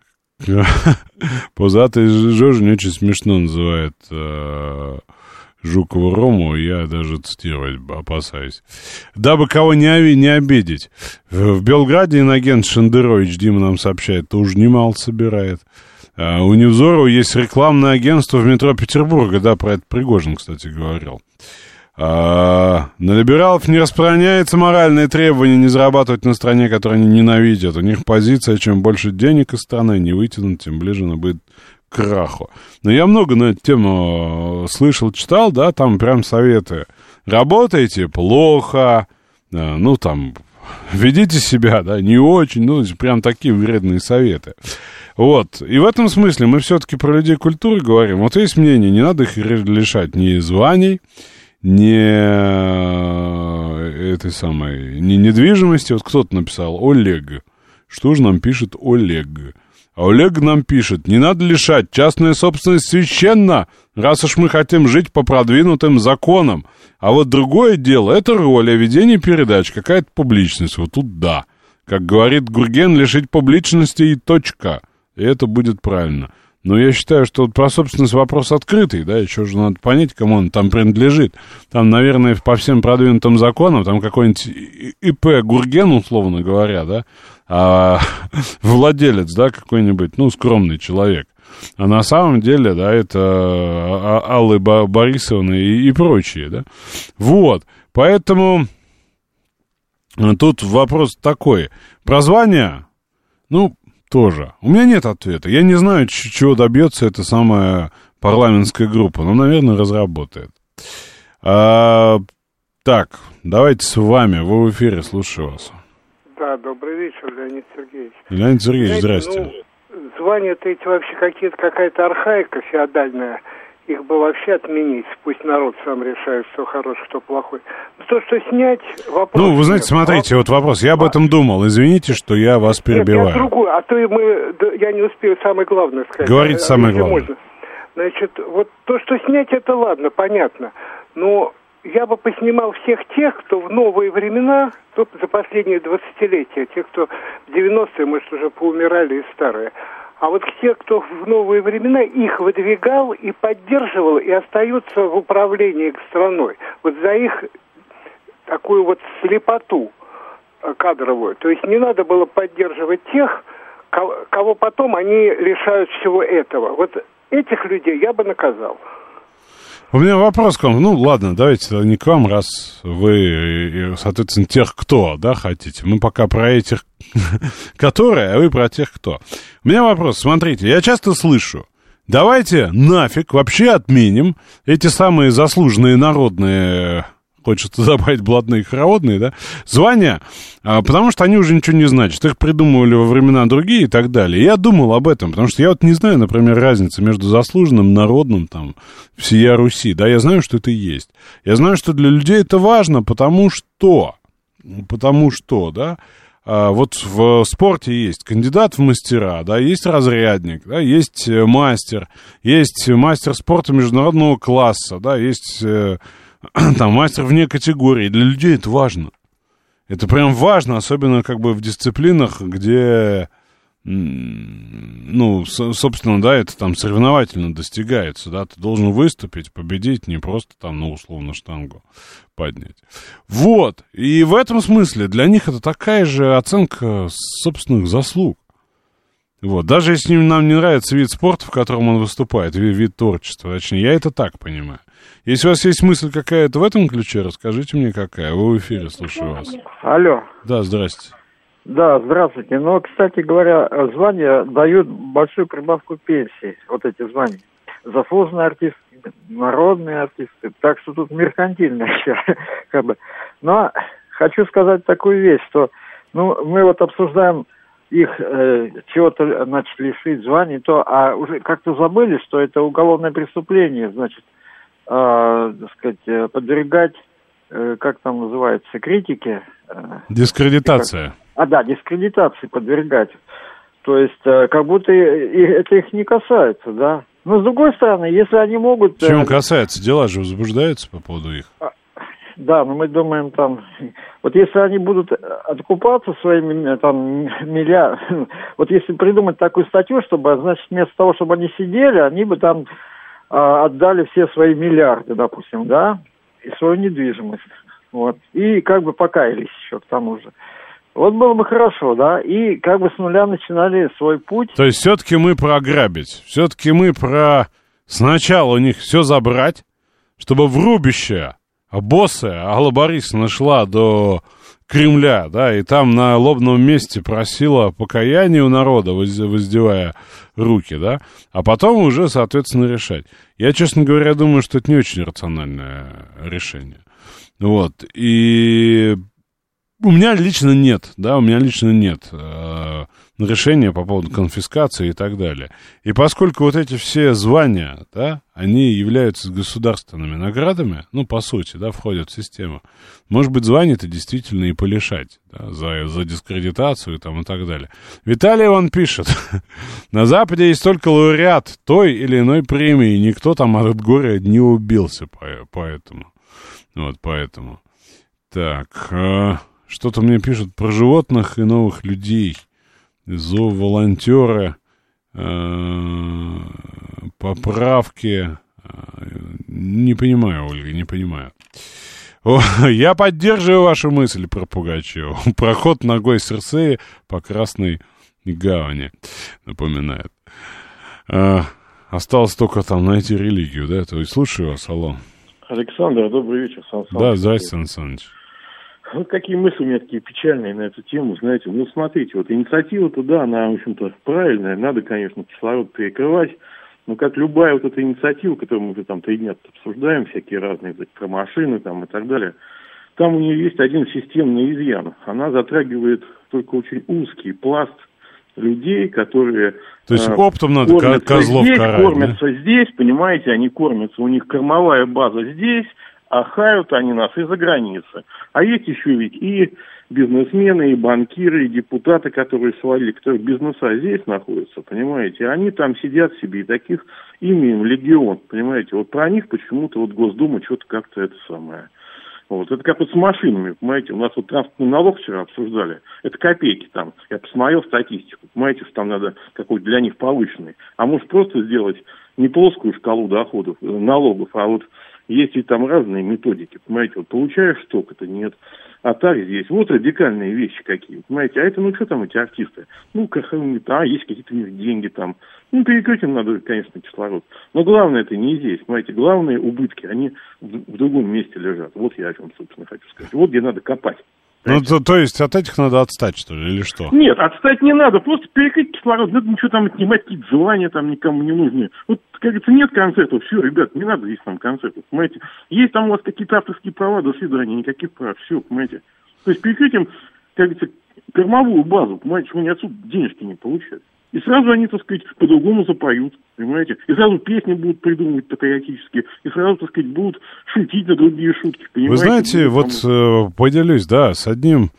Пузатый Жожа не очень смешно называет Жукова Рому, я даже цитировать опасаюсь. Дабы кого не обидеть. В Белграде инагент Шендерович, Дима нам сообщает, тоже немало собирает. У Невзорова есть рекламное агентство в метро Петербурга, да, про это Пригожин, кстати, говорил. На либералов не распространяется моральные требования не зарабатывать на стране, которую они ненавидят. У них позиция, чем больше денег из страны не вытянут, тем ближе она будет к краху. Но я много на эту тему слышал, читал, да, там прям советы. Работаете плохо, ну, там, ведите себя, да, не очень, ну, прям такие вредные советы. Вот, и в этом смысле мы все-таки про людей культуры говорим. Вот есть мнение, не надо их лишать ни званий, ни этой самой, ни недвижимости. Вот кто-то написал, Олег. Что же нам пишет Олег? А Олег нам пишет, не надо лишать, частная собственность священна, раз уж мы хотим жить по продвинутым законам. А вот другое дело, это роль, ведение передач, какая-то публичность. Вот тут да. Как говорит Гурген, лишить публичности и точка. И это будет правильно. Но я считаю, что вот про собственность вопрос открытый, да, еще же надо понять, кому он там принадлежит. Там, наверное, по всем продвинутым законам, там какой-нибудь ИП Гурген, условно говоря, да, владелец, да, какой-нибудь, ну, скромный человек. А на самом деле, да, это Аллы Борисовны и прочие, да. Вот, поэтому тут вопрос такой. Про звание, ну, тоже. У меня нет ответа. Я не знаю, чего добьется эта самая парламентская группа. Но, наверное, разработает. Так, давайте с вами. Вы в эфире, слушаю вас. Да, добрый вечер, Леонид Сергеевич. Леонид Сергеевич, здрасте. Ну, звания-то эти вообще какая-то архаика феодальная. Их бы вообще отменить. Пусть народ сам решает, что хороший, что плохой. Но то, что снять, вопрос... Ну, вы знаете, смотрите, вот вопрос. Я об этом думал. Извините, что я вас перебиваю. Нет, я другую. А то я не успею самое главное сказать. Говорите самое главное. Можно. Значит, вот то, что снять, это ладно, понятно. Но я бы поснимал всех тех, кто в новые времена, за последние 20-летия, те, кто в 90-е, может, уже поумирали и старые, а вот те, кто в новые времена, их выдвигал и поддерживал, и остаются в управлении страной. Вот за их такую вот слепоту кадровую. То есть не надо было поддерживать тех, кого потом они лишают всего этого. Вот этих людей я бы наказал. У меня вопрос к вам. Ну, ладно, давайте не к вам, раз вы, соответственно, тех, кто, да, хотите. Мы пока про этих, которые, а вы про тех, кто. У меня вопрос. Смотрите, я часто слышу, давайте нафиг вообще отменим эти самые заслуженные народные, хочется добавить блатные хороводные, да, звания, потому что они уже ничего не значат. Их придумывали во времена другие и так далее. И я думал об этом, потому что я вот не знаю, например, разницы между заслуженным, народным, там, всея Руси, да, я знаю, что это есть. Я знаю, что для людей это важно, потому что, да, вот в спорте есть кандидат в мастера, да, есть разрядник, да, есть мастер спорта международного класса, да, есть... там мастер вне категории. Для людей это важно. Это прям важно, особенно как бы в дисциплинах, где, ну, собственно, да, это там соревновательно достигается, да, ты должен выступить, победить, не просто там, ну, условно, штангу поднять. Вот, и в этом смысле для них это такая же оценка собственных заслуг. Вот, даже если нам не нравится вид спорта, в котором он выступает, вид творчества, точнее, я это так понимаю. Если у вас есть мысль какая-то в этом ключе, расскажите мне, какая. Вы в эфире, слушаю вас. Алло. Да, здрасте. Да, здравствуйте. Ну, кстати говоря, звания дают большую прибавку пенсии, вот эти звания. Заслуженные артисты, народные артисты. Так что тут меркантильная как бы. Но хочу сказать такую вещь, что ну, мы вот обсуждаем их чего-то, значит, лишить званий, а уже как-то забыли, что это уголовное преступление, значит, так сказать, подвергать, как там называется, критике. Дискредитация. Да, дискредитации подвергать. То есть, как будто это их не касается, да. Но, с другой стороны, если они могут... Чем касается? Дела же возбуждаются по поводу их. Да, но мы думаем там... Вот если они будут откупаться своими там вот если придумать такую статью, чтобы, значит, вместо того, чтобы они сидели, они бы там отдали все свои миллиарды, допустим, да, и свою недвижимость. Вот. И как бы покаялись еще к тому же. Вот было бы хорошо, да, и как бы с нуля начинали свой путь. То есть все-таки мы про ограбить, все-таки мы про сначала у них все забрать, чтобы в рубище боссы Алла Борисовна шла до Кремля, да, и там на лобном месте просила покаяния у народа, воздевая руки, да, а потом уже, соответственно, решать. Я, честно говоря, думаю, что это не очень рациональное решение. Вот, и у меня лично нет решения по поводу конфискации и так далее. И поскольку вот эти все звания, да, они являются государственными наградами, ну, по сути, да, входят в систему, может быть, звание-то действительно и полишать, да, за дискредитацию там, и так далее. Виталий Иван пишет, на Западе есть только лауреат той или иной премии, и никто там от горя не убился поэтому. Вот, поэтому. Так, что-то мне пишут про животных и новых людей. Зооволонтеры, поправки. Не понимаю, Ольга, не понимаю. Я поддерживаю вашу мысль про Пугачева. Проход ногой Серсеи по Красной Гавани, напоминает. Осталось только там найти религию, да? То есть слушаю вас, алло. Александр, добрый вечер, Сан Саныч. Да, здрасте, Сан Саныч. Вот какие мысли у меня такие печальные на эту тему, знаете. Ну, смотрите, вот инициатива-то, да, она, в общем-то, правильная. Надо, конечно, кислород перекрывать. Но как любая вот эта инициатива, которую мы уже там 3 дня обсуждаем, всякие разные про машины там и так далее, там у нее есть один системный изъян. Она затрагивает только очень узкий пласт людей, которые... То есть оптом надо козлов карать, кормятся здесь, понимаете, они кормятся, у них кормовая база здесь, а хают они нас из-за границы. А есть еще ведь и бизнесмены, и банкиры, и депутаты, которые свалили, которые бизнеса здесь находятся, понимаете, они там сидят себе, и таких имеем легион, понимаете, вот про них почему-то вот Госдума что-то как-то это самое. Вот, это как вот с машинами, понимаете, у нас вот транспортный налог вчера обсуждали, это копейки там, я посмотрел статистику, понимаете, что там надо какой-то для них повышенный, а может просто сделать не плоскую шкалу доходов, налогов, а вот есть ведь там разные методики, понимаете, вот получаешь столько-то, нет, а так здесь, вот радикальные вещи какие, понимаете, а это, ну что там эти артисты, ну, есть какие-то у них деньги там, ну, перекрыть им надо, конечно, кислород, но главное это не здесь, понимаете, главные убытки, они в другом месте лежат, вот я о чем, собственно, хочу сказать, вот где надо копать. Ну, то есть от этих надо отстать, что ли, или что? Нет, отстать не надо, просто перекрыть кислород, надо ничего там отнимать, какие-то звания там никому не нужны. Вот, как говорится, нет концертов, все, ребят, не надо здесь там концертов, понимаете. Есть там у вас какие-то авторские права, до свидания, никаких прав, все, понимаете. То есть перекрыть им, как говорится, кормовую базу, понимаете, что они отсюда денежки не получают. И сразу они, так сказать, по-другому запоют, понимаете. И сразу песни будут придумывать патриотические, и сразу, так сказать, будут шутить на другие шутки, понимаете. Вы знаете, вот поделюсь, да, с одним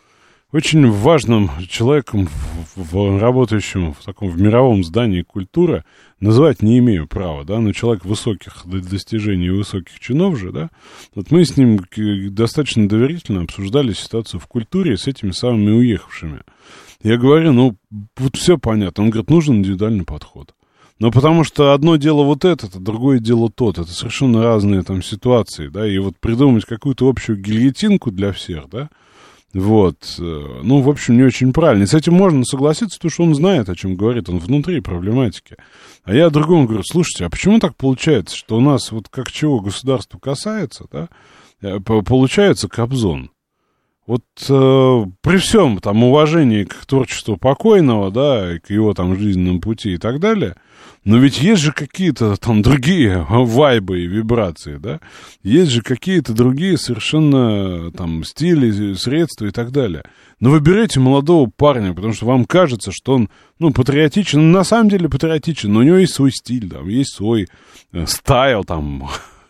очень важным человеком, работающим в мировом здании культуры, называть не имею права, да, но человек высоких достижений и высоких чинов же, да, вот мы с ним достаточно доверительно обсуждали ситуацию в культуре с этими самыми уехавшими. Я говорю, ну, вот все понятно. Он говорит, нужен индивидуальный подход. Но потому что одно дело вот это, а другое дело тот. Это совершенно разные там ситуации, да, и вот придумать какую-то общую гильотинку для всех, да, вот, ну, в общем, не очень правильно. И с этим можно согласиться, потому что он знает, о чем говорит, он внутри проблематики. А я другому говорю, слушайте, а почему так получается, что у нас вот как чего государство касается, да, получается Кобзон? Вот при всем там уважении к творчеству покойного, да, и к его там жизненному пути и так далее, но ведь есть же какие-то там другие вайбы и вибрации, да, есть же какие-то другие совершенно там стили, средства и так далее. Но вы берете молодого парня, потому что вам кажется, что он, ну, патриотичен, он на самом деле патриотичен, но у него есть свой стиль, там, есть свой стайл, там,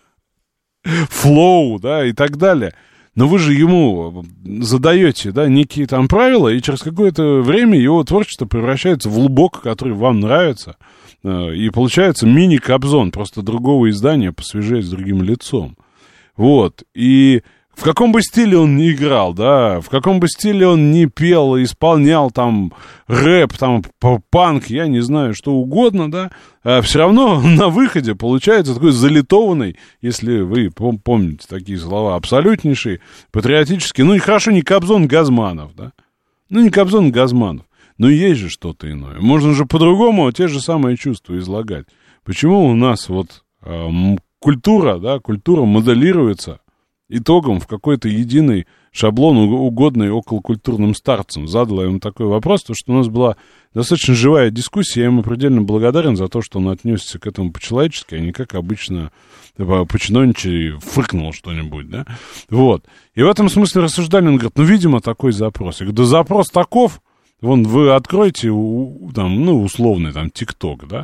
флоу, да, и так далее. Но вы же ему задаете, да, некие там правила, и через какое-то время его творчество превращается в лубок, который вам нравится, и получается мини-Кобзон, просто другого издания, посвежее, с другим лицом. Вот, и в каком бы стиле он ни играл, да, в каком бы стиле он ни пел, исполнял там рэп, там панк, я не знаю, что угодно, да, все равно на выходе получается такой залитованный, если вы помните такие слова, абсолютнейший, патриотический, ну и хорошо, не Кобзон Газманов, да, ну не Кобзон Газманов, но есть же что-то иное. Можно же по-другому те же самые чувства излагать. Почему у нас вот культура, да, культура моделируется итогом в какой-то единый шаблон, угодный околокультурным старцам? Задал я ему такой вопрос, потому что у нас была достаточно живая дискуссия, я ему предельно благодарен за то, что он отнесся к этому по-человечески, а не как обычно по-чиновничьи фыркнул что-нибудь, да, вот. И в этом смысле рассуждали, он говорит, ну, видимо, такой запрос. Я говорю, да запрос таков, вон, вы откроете, там, ну, условный, там, ТикТок, да,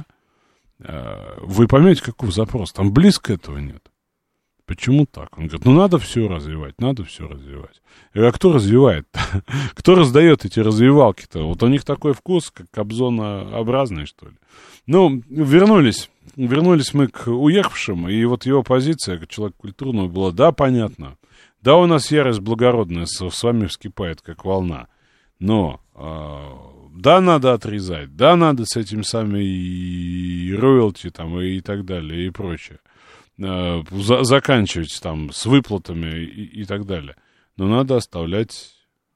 вы поймете, каков запрос, там близко этого нет. Почему так? Он говорит, ну, надо все развивать, надо все развивать. Я говорю, а кто развивает-то? Кто раздает эти развивалки-то? Вот у них такой вкус, как Кобзонообразный, что ли. Ну, вернулись мы к уехавшим, и вот его позиция, как человека культурного, была, да, понятно, да, у нас ярость благородная с вами вскипает, как волна, но, да, надо отрезать, да, надо с этим самыми и роялти там и так далее, и прочее. Заканчивать там с выплатами и так далее. Но надо оставлять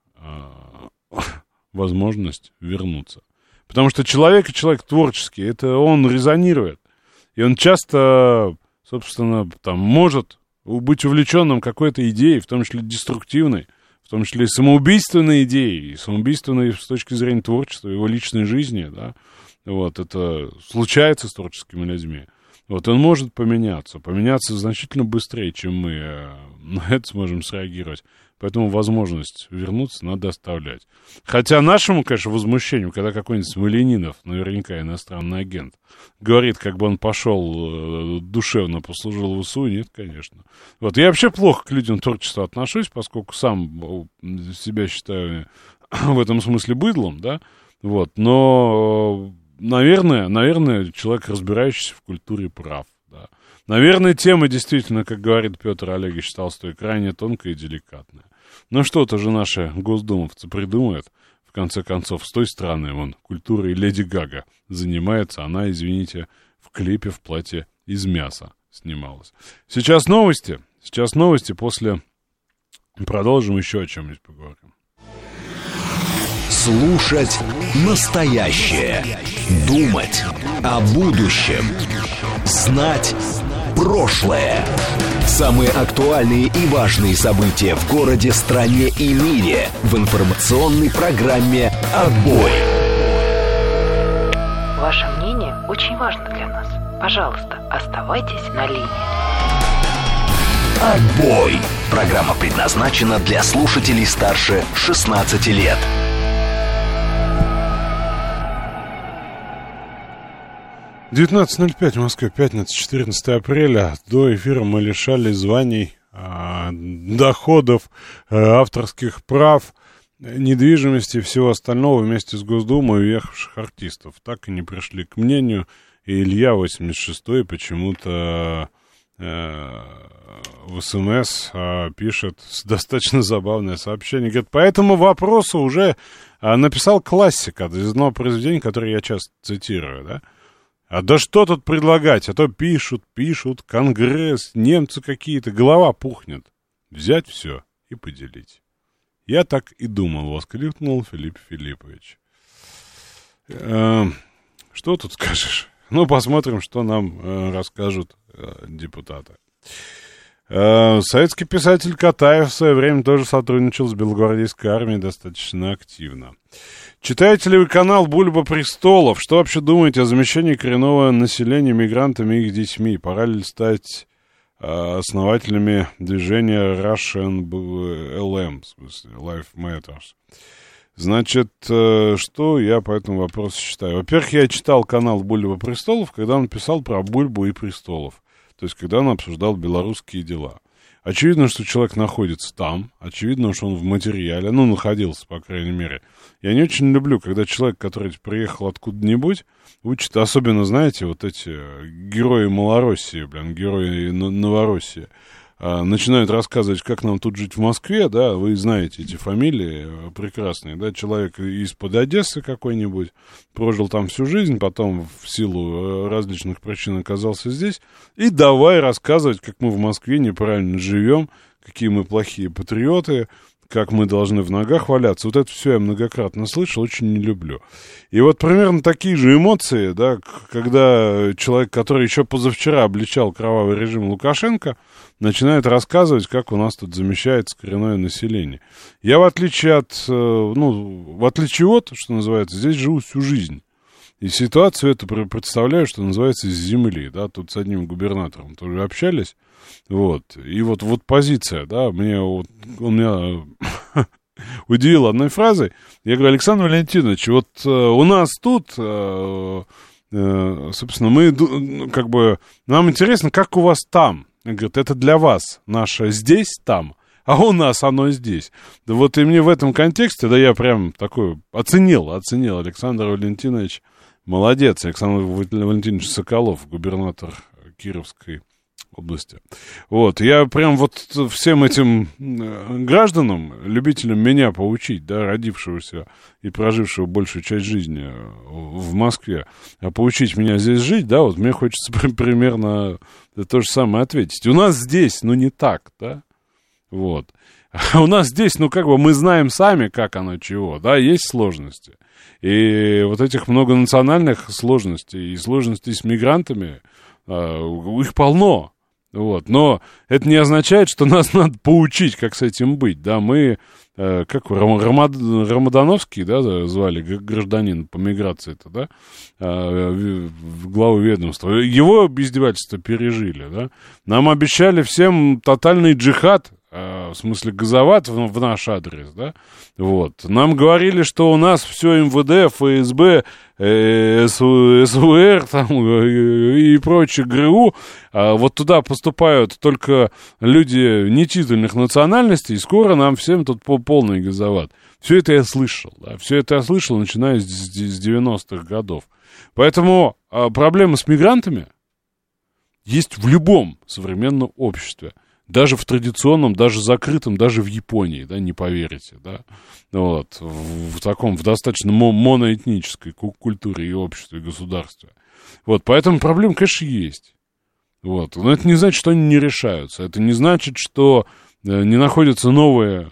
возможность вернуться. Потому что человек творческий, это он резонирует. И он часто, собственно, там может быть увлеченным какой-то идеей, в том числе деструктивной, в том числе и самоубийственной идеей, и самоубийственной с точки зрения творчества, его личной жизни, да. Вот, это случается с творческими людьми. Вот он может поменяться значительно быстрее, чем мы на это сможем среагировать. Поэтому возможность вернуться надо оставлять. Хотя нашему, конечно, возмущению, когда какой-нибудь Смоленинов, наверняка иностранный агент, говорит, как бы он пошел душевно, послужил в ВСУ, нет, конечно. Вот я вообще плохо к людям творчества отношусь, поскольку сам себя считаю в этом смысле быдлом, да, вот, но... Наверное, человек, разбирающийся в культуре, прав. Да. Наверное, тема действительно, как говорит Петр Олегович Толстой, крайне тонкая и деликатная. Но что-то же наши госдумовцы придумают. В конце концов, с той стороны, вон, культурой Леди Гага занимается. Она, извините, в клипе в платье из мяса снималась. Сейчас новости, после продолжим еще о чем-нибудь поговорим. Слушать настоящее. Думать о будущем. Знать прошлое. Самые актуальные и важные события в городе, стране и мире в информационной программе «Отбой». Ваше мнение очень важно для нас. Пожалуйста, оставайтесь на линии. «Отбой». Программа предназначена для слушателей старше 16 лет. 19:05 в Москве, пятница, 14 апреля. До эфира мы лишали званий, доходов, авторских прав недвижимости и всего остального вместе с Госдумой уехавших артистов. Так и не пришли к мнению. И Илья 86-й почему-то в СМС пишет достаточно забавное сообщение. Говорит, по этому вопросу уже написал классик из одного произведения, которое я часто цитирую, да? А да что тут предлагать? А то пишут, Конгресс, немцы какие-то, голова пухнет. Взять все и поделить. Я так и думал, воскликнул Филипп Филиппович. Что тут скажешь? Ну, посмотрим, что нам расскажут депутаты. Советский писатель Катаев в свое время тоже сотрудничал с белогвардейской армией достаточно активно. Читаете ли вы канал Бульба Престолов? Что вообще думаете о замещении коренного населения мигрантами и их детьми? Пора ли стать основателями движения Russian LM, в смысле Life Matters? Значит, что я по этому вопросу считаю? Во-первых, я читал канал Бульба Престолов, когда он писал про Бульбу и Престолов. То есть, когда он обсуждал белорусские дела. Очевидно, что человек находится там. Очевидно, что он в материале. Ну, находился, по крайней мере. Я не очень люблю, когда человек, который приехал откуда-нибудь, учит, особенно, знаете, вот эти герои Малороссии, герои Новороссии, начинают рассказывать, как нам тут жить в Москве, да, вы знаете эти фамилии прекрасные, да, человек из-под Одессы какой-нибудь, прожил там всю жизнь, потом в силу различных причин оказался здесь, и давай рассказывать, как мы в Москве неправильно живем, какие мы плохие патриоты, как мы должны в ногах валяться. Вот это все я многократно слышал, очень не люблю. И вот примерно такие же эмоции, да, когда человек, который еще позавчера обличал кровавый режим Лукашенко, начинает рассказывать, как у нас тут замещается коренное население. Я, в отличие от, что называется, здесь живу всю жизнь. И ситуацию эту представляю, что называется, с земли, да, тут с одним губернатором тоже общались, вот, и вот позиция, да, он меня удивил одной фразой, я говорю, Александр Валентинович, вот у нас тут, собственно, нам интересно, как у вас там, он говорит, это для вас, наше здесь, там, а у нас оно здесь. Да вот и мне в этом контексте, да, я прям такой оценил Александр Валентинович. Молодец, Александр Валентинович Соколов, губернатор Кировской области. Вот, я прям вот всем этим гражданам, любителям меня поучить, да, родившегося и прожившего большую часть жизни в Москве, поучить меня здесь жить, да, вот мне хочется примерно то же самое ответить. У нас здесь, не так, да, вот. У нас здесь, мы знаем сами, как оно чего, да, есть сложности. И вот этих многонациональных сложностей и сложностей с мигрантами, их полно. Вот. Но это не означает, что нас надо поучить, как с этим быть. Да, мы, Рамадановский, да, звали гражданин по миграции-то, да, главу ведомства. Его издевательства пережили, да. Нам обещали всем тотальный джихад, в смысле газоват в наш адрес, да, вот. Нам говорили, что у нас все МВД, ФСБ, СВР там, и прочее ГРУ, вот туда поступают только люди нетитульных национальностей, и скоро нам всем тут полный газоват. Все это я слышал, да, начиная с 90-х годов. Поэтому проблема с мигрантами есть в любом современном обществе. Даже в традиционном, даже закрытом, даже в Японии, да, не поверите, да, вот, в достаточно моноэтнической культуре и обществе, и государстве. Вот, поэтому проблемы, конечно, есть. Вот, но это не значит, что они не решаются, это не значит, что не находятся новые,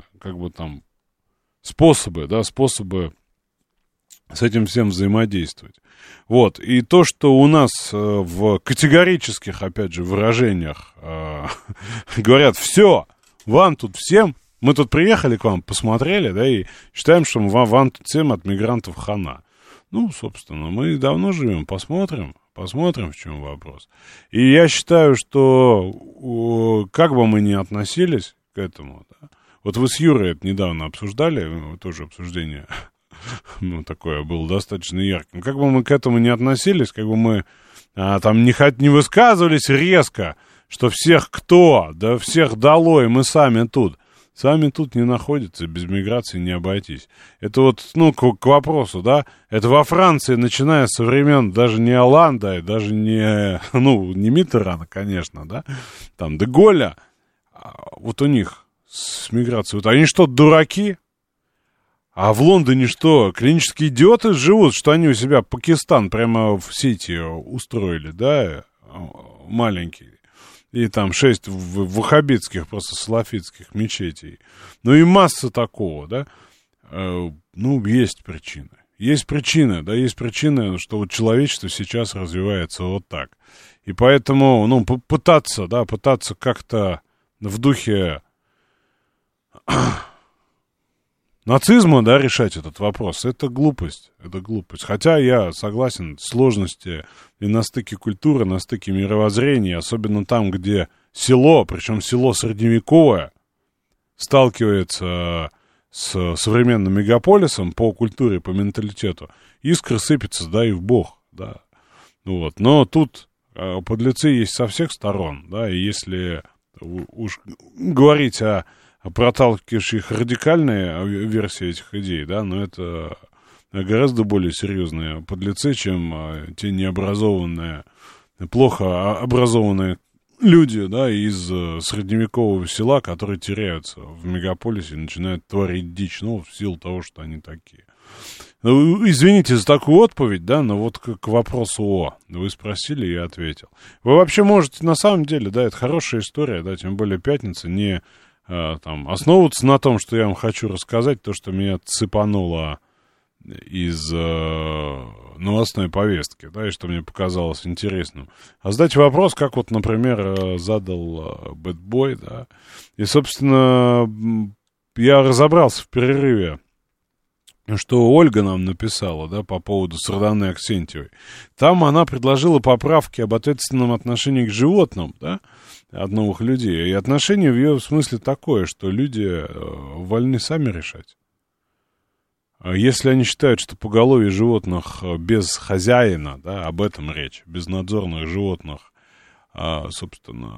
способы с этим всем взаимодействовать. Вот, и то, что у нас в категорических, опять же, выражениях говорят, все, вам тут всем, мы тут приехали к вам, посмотрели, да, и считаем, что вам тут всем от мигрантов хана. Собственно, мы давно живем, посмотрим, в чем вопрос. И я считаю, что как бы мы ни относились к этому, да, вот вы с Юрой это недавно обсуждали, тоже обсуждение такое было достаточно ярким. Как бы мы к этому не относились, как бы мы не высказывались резко, что всех всех долой, мы сами тут. сами тут не находятся, без миграции не обойтись. Это вот, ну, к вопросу, да, это во Франции, начиная со времен даже не Оланда, даже не, ну, не Миттерана, конечно, да, там, де Голля, вот у них с миграцией, вот они что, дураки? А в Лондоне что, клинические идиоты живут, что они у себя Пакистан прямо в Сити устроили, да, маленький. И там 6 ваххабитских, просто салафитских мечетей. Ну и масса такого, да. Ну, есть причины. Есть причины, да, есть причины, что вот человечество сейчас развивается вот так. И поэтому, ну, пытаться как-то в духе нацизма, да, решать этот вопрос, это глупость, Хотя я согласен, сложности и на стыке культуры, на стыке мировоззрения, особенно там, где село, причем село средневековое, сталкивается с современным мегаполисом по культуре, по менталитету, искры сыпятся, да, и в бог, да. Вот. Но тут подлецы есть со всех сторон, да, и если уж говорить о проталкивающих радикальные версии этих идей, да, но это гораздо более серьезные подлецы, чем те необразованные, плохо образованные люди, да, из средневекового села, которые теряются в мегаполисе и начинают творить дичь, ну, в силу того, что они такие. Извините за такую отповедь, да, но вот к вопросу вы спросили, я ответил. Вы вообще можете, на самом деле, да, это хорошая история, да, тем более пятница, не там основываться на том, что я вам хочу рассказать, то, что меня цепануло из новостной повестки, да, и что мне показалось интересным. А задать вопрос, как вот, например, задал Бэтбой, да, и, собственно, я разобрался в перерыве, что Ольга нам написала, да, по поводу Сарданы Аксентьевой. Там она предложила поправки об ответственном отношении к животным, да, от новых людей. И отношение в ее смысле такое, что люди вольны сами решать. Если они считают, что поголовье животных без хозяина, да, об этом речь, безнадзорных животных, собственно,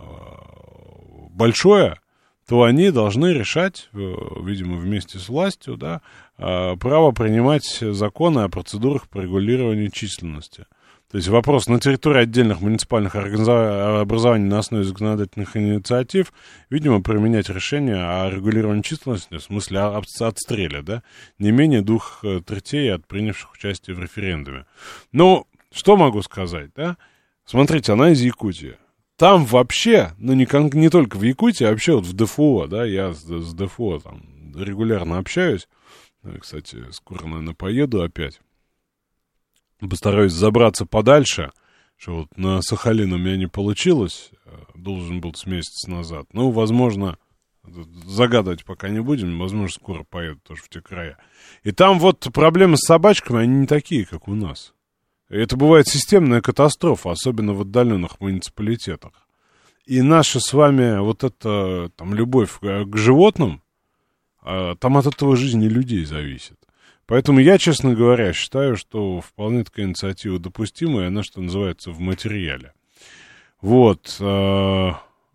большое, то они должны решать, видимо, вместе с властью, да, право принимать законы о процедурах по регулированию численности. То есть вопрос на территории отдельных муниципальных образований на основе законодательных инициатив, видимо, применять решение о регулировании численности, в смысле отстреле, да, не менее 2/3 от принявших участие в референдуме. Ну, что могу сказать, да? Смотрите, она из Якутии. Там вообще, ну, не только в Якутии, а вообще вот в ДФО, да, я с ДФО там регулярно общаюсь. Кстати, скоро, наверное, поеду опять. Постараюсь забраться подальше, что вот на Сахалин у меня не получилось, должен был с месяца назад. Ну, возможно, загадывать пока не будем, возможно, скоро поеду тоже в те края. И там вот проблемы с собачками, они не такие, как у нас. И это бывает системная катастрофа, особенно в отдаленных муниципалитетах. И наша с вами вот эта там любовь к животным, там от этого жизни людей зависит. Поэтому я, честно говоря, считаю, что вполне такая инициатива допустимая, она, что называется, в материале. Вот. В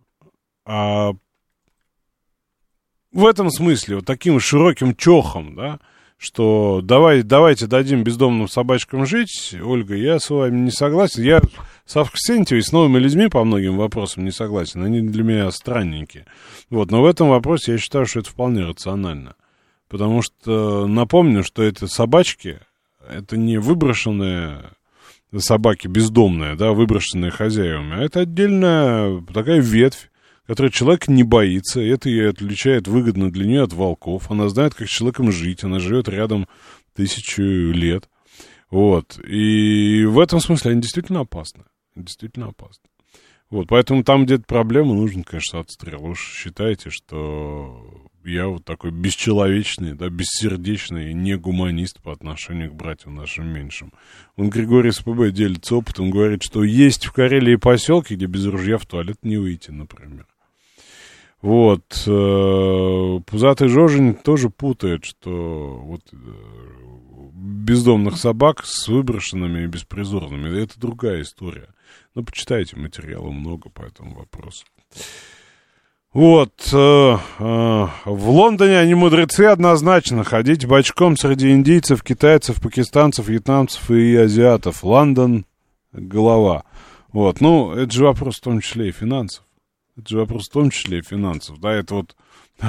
этом смысле, вот таким широким чохом, да, что давайте дадим бездомным собачкам жить, Ольга, я с вами не согласен. Я с Аксентьевой, с новыми людьми по многим вопросам не согласен. Они для меня странненькие. Вот. Но в этом вопросе я считаю, что это вполне рационально. Потому что напомню, что это собачки, это не выброшенные собаки бездомные, да, выброшенные хозяевами, а это отдельная такая ветвь, которой человек не боится, и это ее отличает выгодно для нее от волков. Она знает, как с человеком жить, она живет рядом 1000 лет. Вот. И в этом смысле они действительно опасны. Действительно опасны. Вот. Поэтому там где-то проблема, нужен, конечно, отстрел. Уж считайте, что я вот такой бесчеловечный, да, бессердечный, не гуманист по отношению к братьям нашим меньшим. Он, Григорий СПБ, делится опытом, говорит, что есть в Карелии поселки, где без ружья в туалет не выйти, например. Вот. Пузатый Жожень тоже путает, что вот бездомных собак с выброшенными и беспризорными, это другая история. Но почитайте, материала много по этому вопросу. Вот, в Лондоне они мудрецы однозначно. Ходить бочком среди индийцев, китайцев, пакистанцев, вьетнамцев и азиатов. Лондон — голова. Вот, ну, это же вопрос в том числе и финансов. Это же вопрос в том числе и финансов. Да, это вот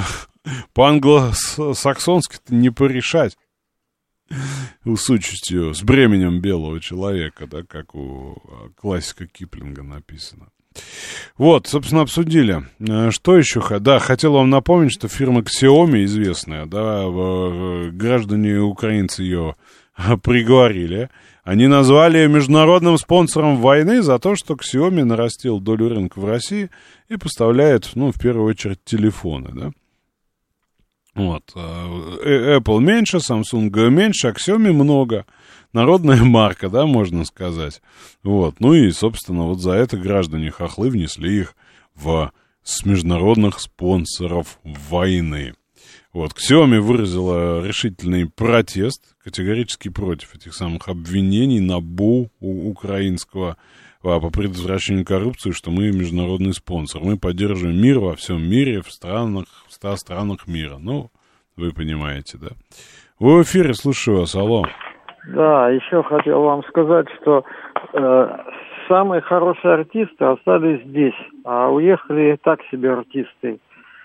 по-англосаксонски-то не порешать. С участью, с бременем белого человека, да, как у классика Киплинга написано. Вот, собственно, обсудили. Что еще? Да, хотел вам напомнить, что фирма Xiaomi известная, да, граждане украинцы ее приговорили. Они назвали ее международным спонсором войны за то, что Xiaomi нарастил долю рынка в России и поставляет, ну, в первую очередь, телефоны, да. Вот. Apple меньше, Samsung меньше, а Xiaomi много. Народная марка, да, можно сказать. Вот. Ну и, собственно, вот за это граждане хохлы внесли их с международных спонсоров войны. Вот. Xiaomi выразила решительный протест, категорически против этих самых обвинений НАБУ украинского по предотвращению коррупции, что мы международный спонсор. Мы поддерживаем мир во всем мире, в 100 странах мира. Ну, вы понимаете, да. Вы в эфире, слушаю вас, алло. Да, еще хотел вам сказать, что самые хорошие артисты остались здесь, а уехали так себе артисты.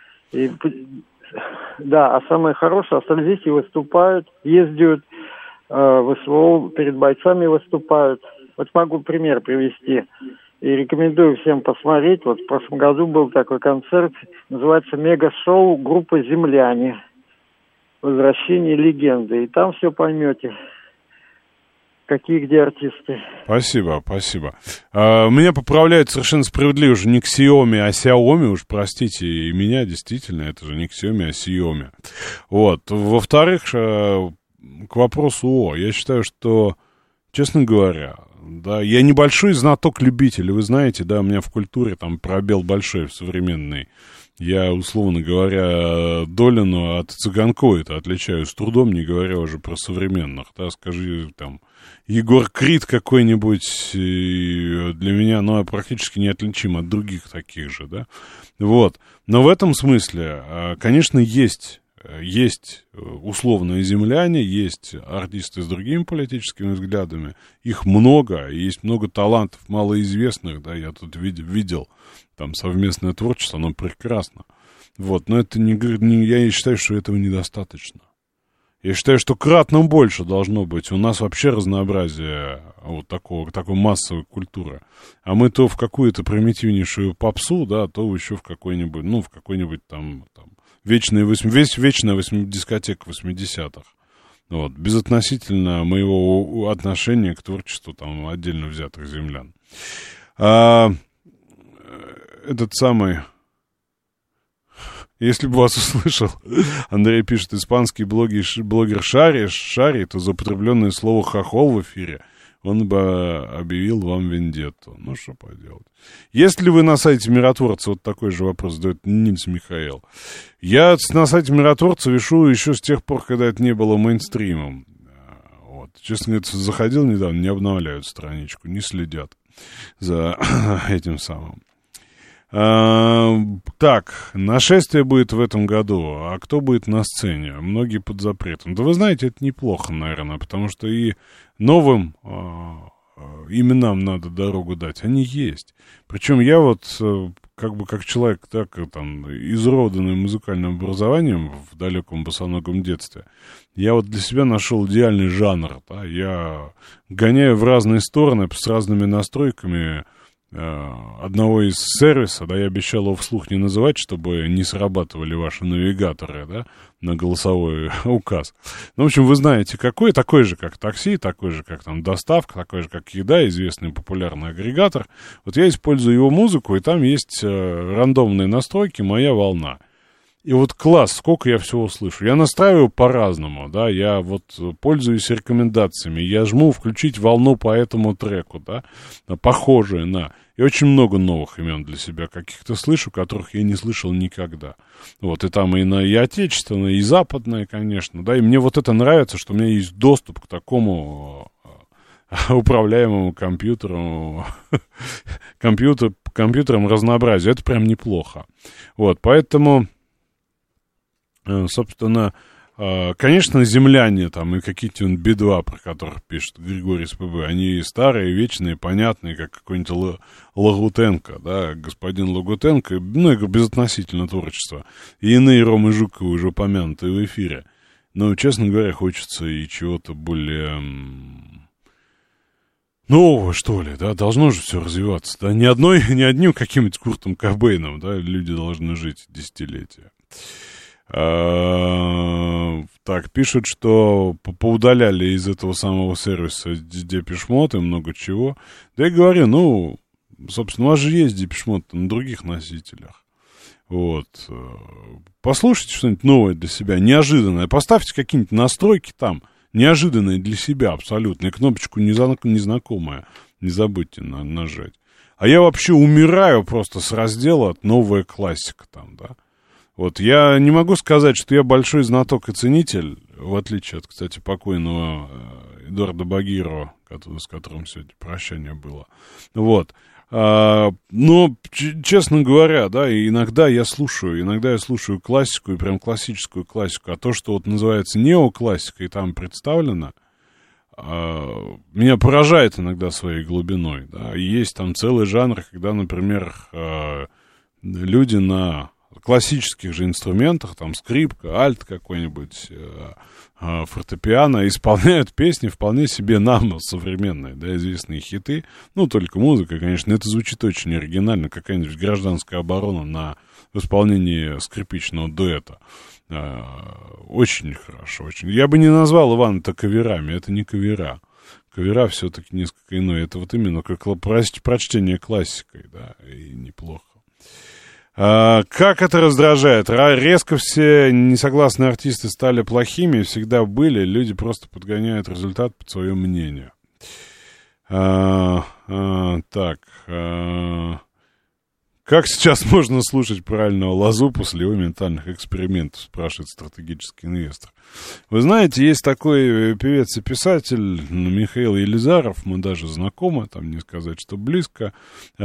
Да, а самые хорошие остались здесь и выступают, ездят в СВО, перед бойцами выступают. Вот могу пример привести и рекомендую всем посмотреть. Вот в прошлом году был такой концерт, называется «Мега-шоу» группы «Земляне». «Возвращение легенды». И там все поймете, какие где артисты. Спасибо, спасибо. Меня поправляют совершенно справедливо, уже не Xiaomi, а Xiaomi, уж простите и меня, действительно, это же не Xiaomi, а Xiaomi. Вот. Во-вторых, к вопросу я считаю, что, честно говоря, да, я небольшой знаток-любитель, вы знаете, да, у меня в культуре там пробел большой в современной. Я, условно говоря, Долину от Цыганкова-то отличаю с трудом, не говоря уже про современных, да, скажи, там, Егор Крид какой-нибудь для меня, ну, практически неотличим от других таких же, да, вот. Но в этом смысле, конечно, есть условные земляне, есть артисты с другими политическими взглядами, их много, и есть много талантов малоизвестных, да, я тут видел там совместное творчество, оно прекрасно, вот, но это я считаю, что этого недостаточно. Я считаю, что кратно больше должно быть. У нас вообще разнообразие вот такой массовой культуры. А мы то в какую-то примитивнейшую попсу, да, то еще в какой-нибудь, ну, в какой-нибудь там вечная дискотека 80-х. Вот, безотносительно моего отношения к творчеству там отдельно взятых землян. Этот самый... Если бы вас услышал, Андрей пишет, испанский блогер Шари, то за употребленное слово «хохол» в эфире он бы объявил вам вендетту. Ну, что поделать. Есть ли вы на сайте Миротворца? Вот такой же вопрос задает Нильс Михаил. Я на сайте Миротворца вешу еще с тех пор, когда это не было мейнстримом. Вот. Честно говоря, заходил недавно, не обновляют страничку, не следят за этим самым. Так, нашествие будет в этом году, а кто будет на сцене? Многие под запретом. Да вы знаете, это неплохо, наверное, потому что и новым именам надо дорогу дать, они есть. Причем я вот, как человек, так, там, изроданный музыкальным образованием в далеком босоногом детстве, я вот для себя нашел идеальный жанр, да, я гоняю в разные стороны с разными настройками одного из сервисов, да, я обещал его вслух не называть, чтобы не срабатывали ваши навигаторы, да, на голосовой указ. Ну, в общем, вы знаете, какой, такой же, как такси, такой же, как там доставка, такой же, как еда, известный популярный агрегатор. Вот я использую его музыку, и там есть рандомные настройки «Моя волна». И вот класс, сколько я всего слышу. Я настраиваю по-разному, да, я вот пользуюсь рекомендациями, я жму включить волну по этому треку, да, похожие на. И очень много новых имен для себя каких-то слышу, которых я не слышал никогда. Вот, и там и отечественное, и западное, конечно, да, и мне вот это нравится, что у меня есть доступ к такому управляемому компьютером разнообразию. Это прям неплохо. Вот, поэтому, собственно, конечно, земляне там и какие-то Би-2, про которых пишет Григорий СПБ, они старые, вечные, понятные, как какой-нибудь Лагутенко, да, господин Лагутенко, ну, безотносительно творчества. И иные Ромы Жуковы уже упомянутые в эфире. Но, честно говоря, хочется и чего-то более нового, что ли, да, должно же все развиваться, да, не одним каким-нибудь Куртом Кобейном, да, люди должны жить десятилетия. Так, пишут, что поудаляли из этого самого сервиса Депеш Мод и много чего. Да я говорю, ну, собственно, у вас же есть Депеш Мод на других носителях. Вот. Послушайте что-нибудь новое для себя, неожиданное. Поставьте какие-нибудь настройки там, неожиданные для себя абсолютно. И кнопочку незнакомая не забудьте нажать. А я вообще умираю просто с раздела «Новая классика» там, да. Вот, я не могу сказать, что я большой знаток и ценитель, в отличие от, кстати, покойного Эдуарда Багирова, с которым сегодня прощание было. Вот. Но, честно говоря, да, иногда я слушаю классику, и прям классическую классику, а то, что вот называется неоклассикой, там представлено, меня поражает иногда своей глубиной, да. И есть там целый жанр, когда, например, люди на классических же инструментах, там скрипка, альт какой-нибудь, фортепиано, исполняют песни вполне себе нам современные, да, известные хиты. Ну, только музыка, конечно, это звучит очень оригинально, какая-нибудь «Гражданская оборона» в исполнении скрипичного дуэта. Очень хорошо, очень. Я бы не назвал Ивана-то каверами, это не кавера. Кавера все-таки несколько иное. Это вот именно как прочтение классикой, да, и неплохо. Как это раздражает? Резко все несогласные артисты стали плохими, всегда были, люди просто подгоняют результат под свое мнение. Так. Как сейчас можно слушать правильного Лозу после его ментальных экспериментов, спрашивает стратегический инвестор. Вы знаете, есть такой певец и писатель Михаил Елизаров, мы даже знакомы, там не сказать, что близко,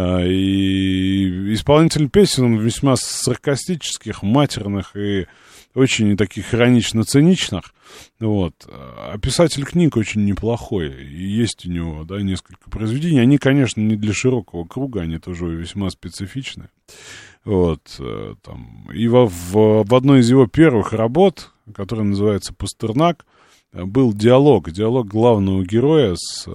и исполнитель песен весьма саркастических, матерных и очень таких иронично-циничных, вот. А писатель книг очень неплохой, и есть у него, да, несколько произведений. Они, конечно, не для широкого круга, они тоже весьма специфичны. Вот, там. И в одной из его первых работ, которая называется «Пастернак», был диалог главного героя с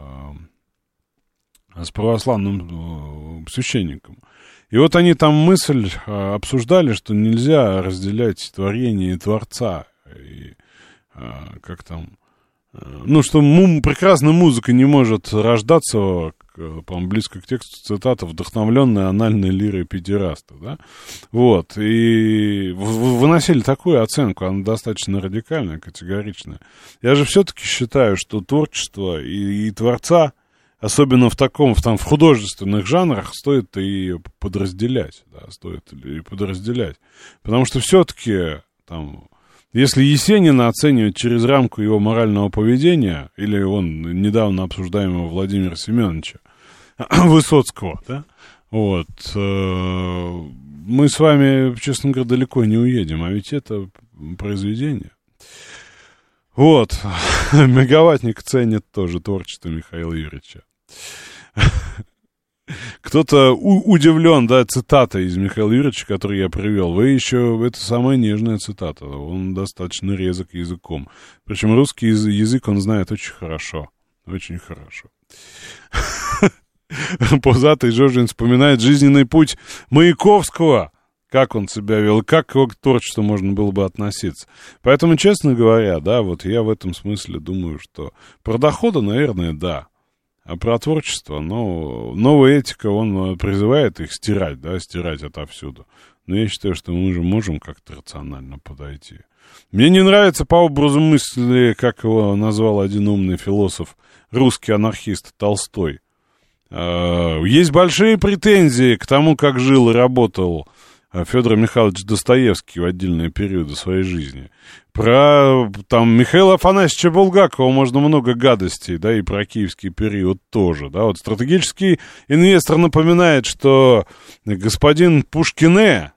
православным священником. И вот они там мысль обсуждали, что нельзя разделять творение и Творца. И, как там, ну, что прекрасная музыка не может рождаться, по-моему, близко к тексту цитата, вдохновленная анальной лирой педераста, да? Вот, и выносили такую оценку, она достаточно радикальная, категоричная. Я же все-таки считаю, что творчество и Творца, особенно в художественных жанрах, стоит и подразделять, да, потому что все-таки, там, если Есенина оценивать через рамку его морального поведения, или он недавно обсуждаемого Владимира Семеновича Высоцкого, да, вот, мы с вами, честно говоря, далеко не уедем, а ведь это произведение. Вот, Мегаваттник ценит тоже творчество Михаила Юрьевича. Кто-то удивлен, да, цитатой из Михаила Юрьевича, которую я привел. Это самая нежная цитата. Он достаточно резок языком. Причем русский язык он знает очень хорошо. Очень хорошо. Пузатый Жожин вспоминает жизненный путь Маяковского. Как он себя вел, как к его творчеству можно было бы относиться. Поэтому, честно говоря, да, вот я в этом смысле думаю, что про доходы, наверное, да. А про творчество, ну, новая этика, он призывает их стирать, да, стирать отовсюду. Но я считаю, что мы же можем как-то рационально подойти. Мне не нравится по образу мысли, как его назвал один умный философ, русский анархист Толстой. Есть большие претензии к тому, как жил и работал Федор Михайлович Достоевский в отдельные периоды своей жизни. Про там Михаила Афанасьевича Булгакова можно много гадостей, да, и про киевский период тоже, да. Вот стратегический инвестор напоминает, что господин Пушкине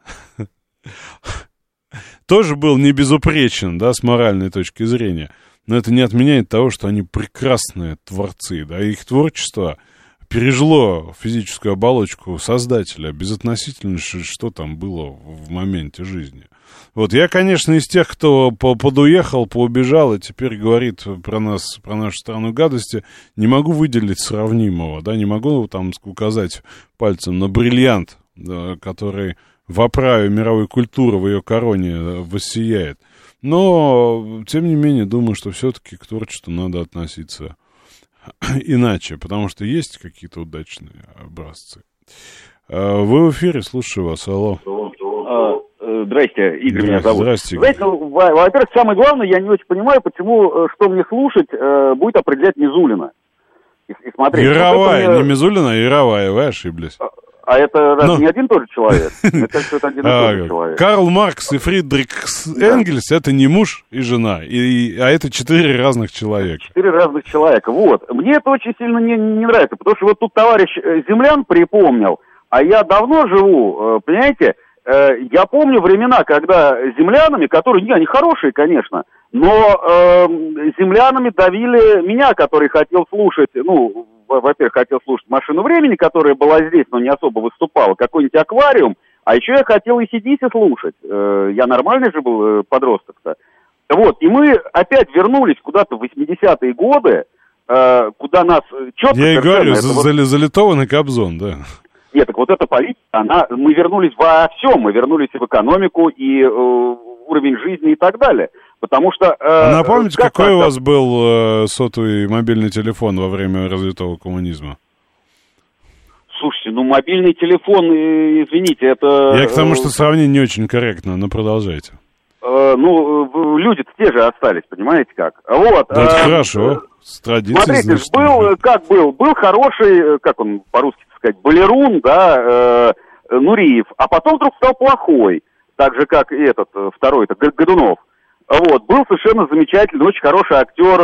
тоже был не безупречен, да, с моральной точки зрения. Но это не отменяет того, что они прекрасные творцы, да, их творчество пережило физическую оболочку создателя, безотносительно, что там было в моменте жизни. Вот я, конечно, из тех, кто подуехал, поубежал и теперь говорит про нас, про нашу страну гадости, не могу выделить сравнимого, да, не могу там указать пальцем на бриллиант, да, который в оправе мировой культуры, в ее короне воссияет. Но, тем не менее, думаю, что все-таки к творчеству надо относиться иначе, потому что есть какие-то удачные образцы. Вы в эфире, слушаю вас, алло. Здрасте, Игорь меня зовут. Здрасте, Игорь. Знаете, во-первых, самое главное, я не очень понимаю, почему, что мне слушать, будет определять Мизулина. И смотреть. Яровая, вот не Мизулина, а Яровая, вы ошиблись. А это разве не один и тот же человек? Мне кажется, это один и тот же человек. Карл Маркс и Фридрих Энгельс — это не муж и жена, а это 4 разных человека. 4 разных человека, вот. Мне это очень сильно не нравится, потому что вот тут товарищ Землян припомнил, а я давно живу, понимаете, я помню времена, когда землянами, которые, они хорошие, конечно, но землянами давили меня, который хотел слушать, во-первых, хотел слушать «Машину времени», которая была здесь, но не особо выступала, какой-нибудь «Аквариум», а еще я хотел и AC/DC слушать. Я нормальный же был подросток-то. Вот, и мы опять вернулись куда-то в 80-е годы, куда нас четко... Я и говорю, залитованный Кобзон, да. Нет, так вот эта политика, мы вернулись во всем, мы вернулись и в экономику, и уровень жизни и так далее. Потому что... напомните, какой у вас был сотовый мобильный телефон во время развитого коммунизма? Слушайте, мобильный телефон, извините, это... Я к тому, что сравнение не очень корректно, но продолжайте. Люди-то те же остались, понимаете как? Вот. Да, это хорошо, с традицией. Смотрите, был хороший, как он по-русски сказать, балерун, да, Нуриев, а потом вдруг стал плохой, так же, как и этот второй, это Годунов. Вот, был совершенно замечательный, очень хороший актер,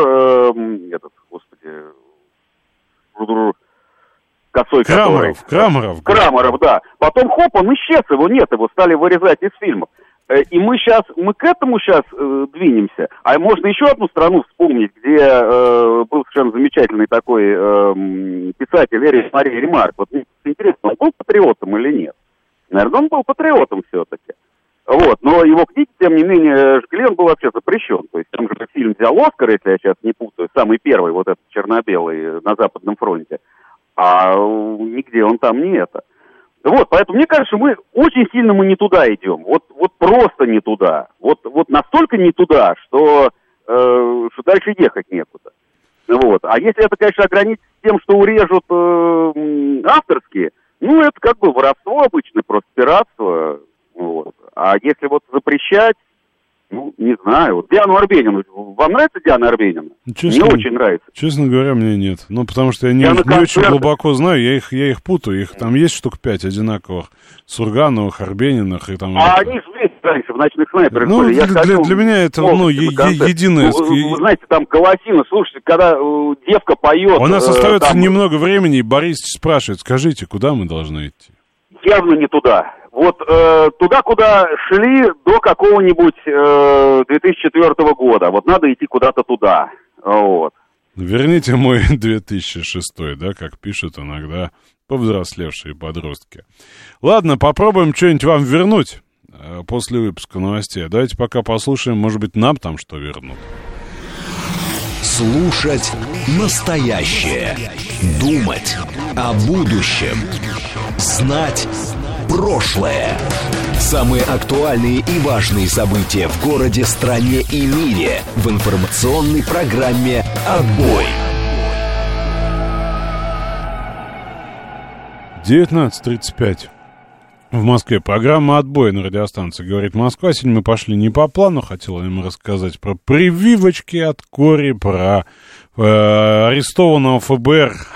косой, Крамаров, да. Потом хоп, он исчез, его нет, его стали вырезать из фильмов. И мы к этому сейчас двинемся. А можно еще одну страну вспомнить, где был совершенно замечательный такой писатель Эрich Мария Ремарк. Вот мне интересно, он был патриотом или нет? Наверное, он был патриотом все-таки. Вот, но его книги, тем не менее, жгли, он был вообще запрещен. То есть там же фильм взял «Оскар», если я сейчас не путаю, самый первый, вот этот черно-белый на Западном фронте. А нигде он там не это. Вот, поэтому мне кажется, мы очень сильно не туда идем. Вот просто не туда. Вот настолько не туда, что дальше ехать некуда. Вот. А если это, конечно, ограничить тем, что урежут авторские, это как бы воровство обычное, просто пиратство. Вот. А если запрещать, не знаю. Вот Диану Арбенину. Вам нравится Диана Арбенина? Мне очень нравится. Честно говоря, мне нет. Потому что я не очень глубоко знаю, я их путаю. Их там есть штук 5 одинаковых. Сургановых, Арбениных и там... А они же раньше в «Ночных снайперах» были. Для меня это, единое... Вы знаете, там голосина, слушайте, когда девка поет... У нас остается немного времени, и Борис спрашивает, скажите, куда мы должны идти? Явно не туда. Вот туда, куда шли до какого-нибудь 2004 года. Вот надо идти куда-то туда. Вот. Верните мой 2006, да, как пишут иногда повзрослевшие подростки. Ладно, попробуем что-нибудь вам вернуть после выпуска новостей. Давайте пока послушаем, может быть, нам там что вернут. Слушать настоящее. Думать о будущем. Знать прошлое. Самые актуальные и важные события в городе, стране и мире в информационной программе «Отбой». 19:35 в Москве. Программа «Отбой» на радиостанции «Говорит Москва». Сегодня мы пошли не по плану. Хотел им рассказать про прививочки от кори, про арестованного ФБР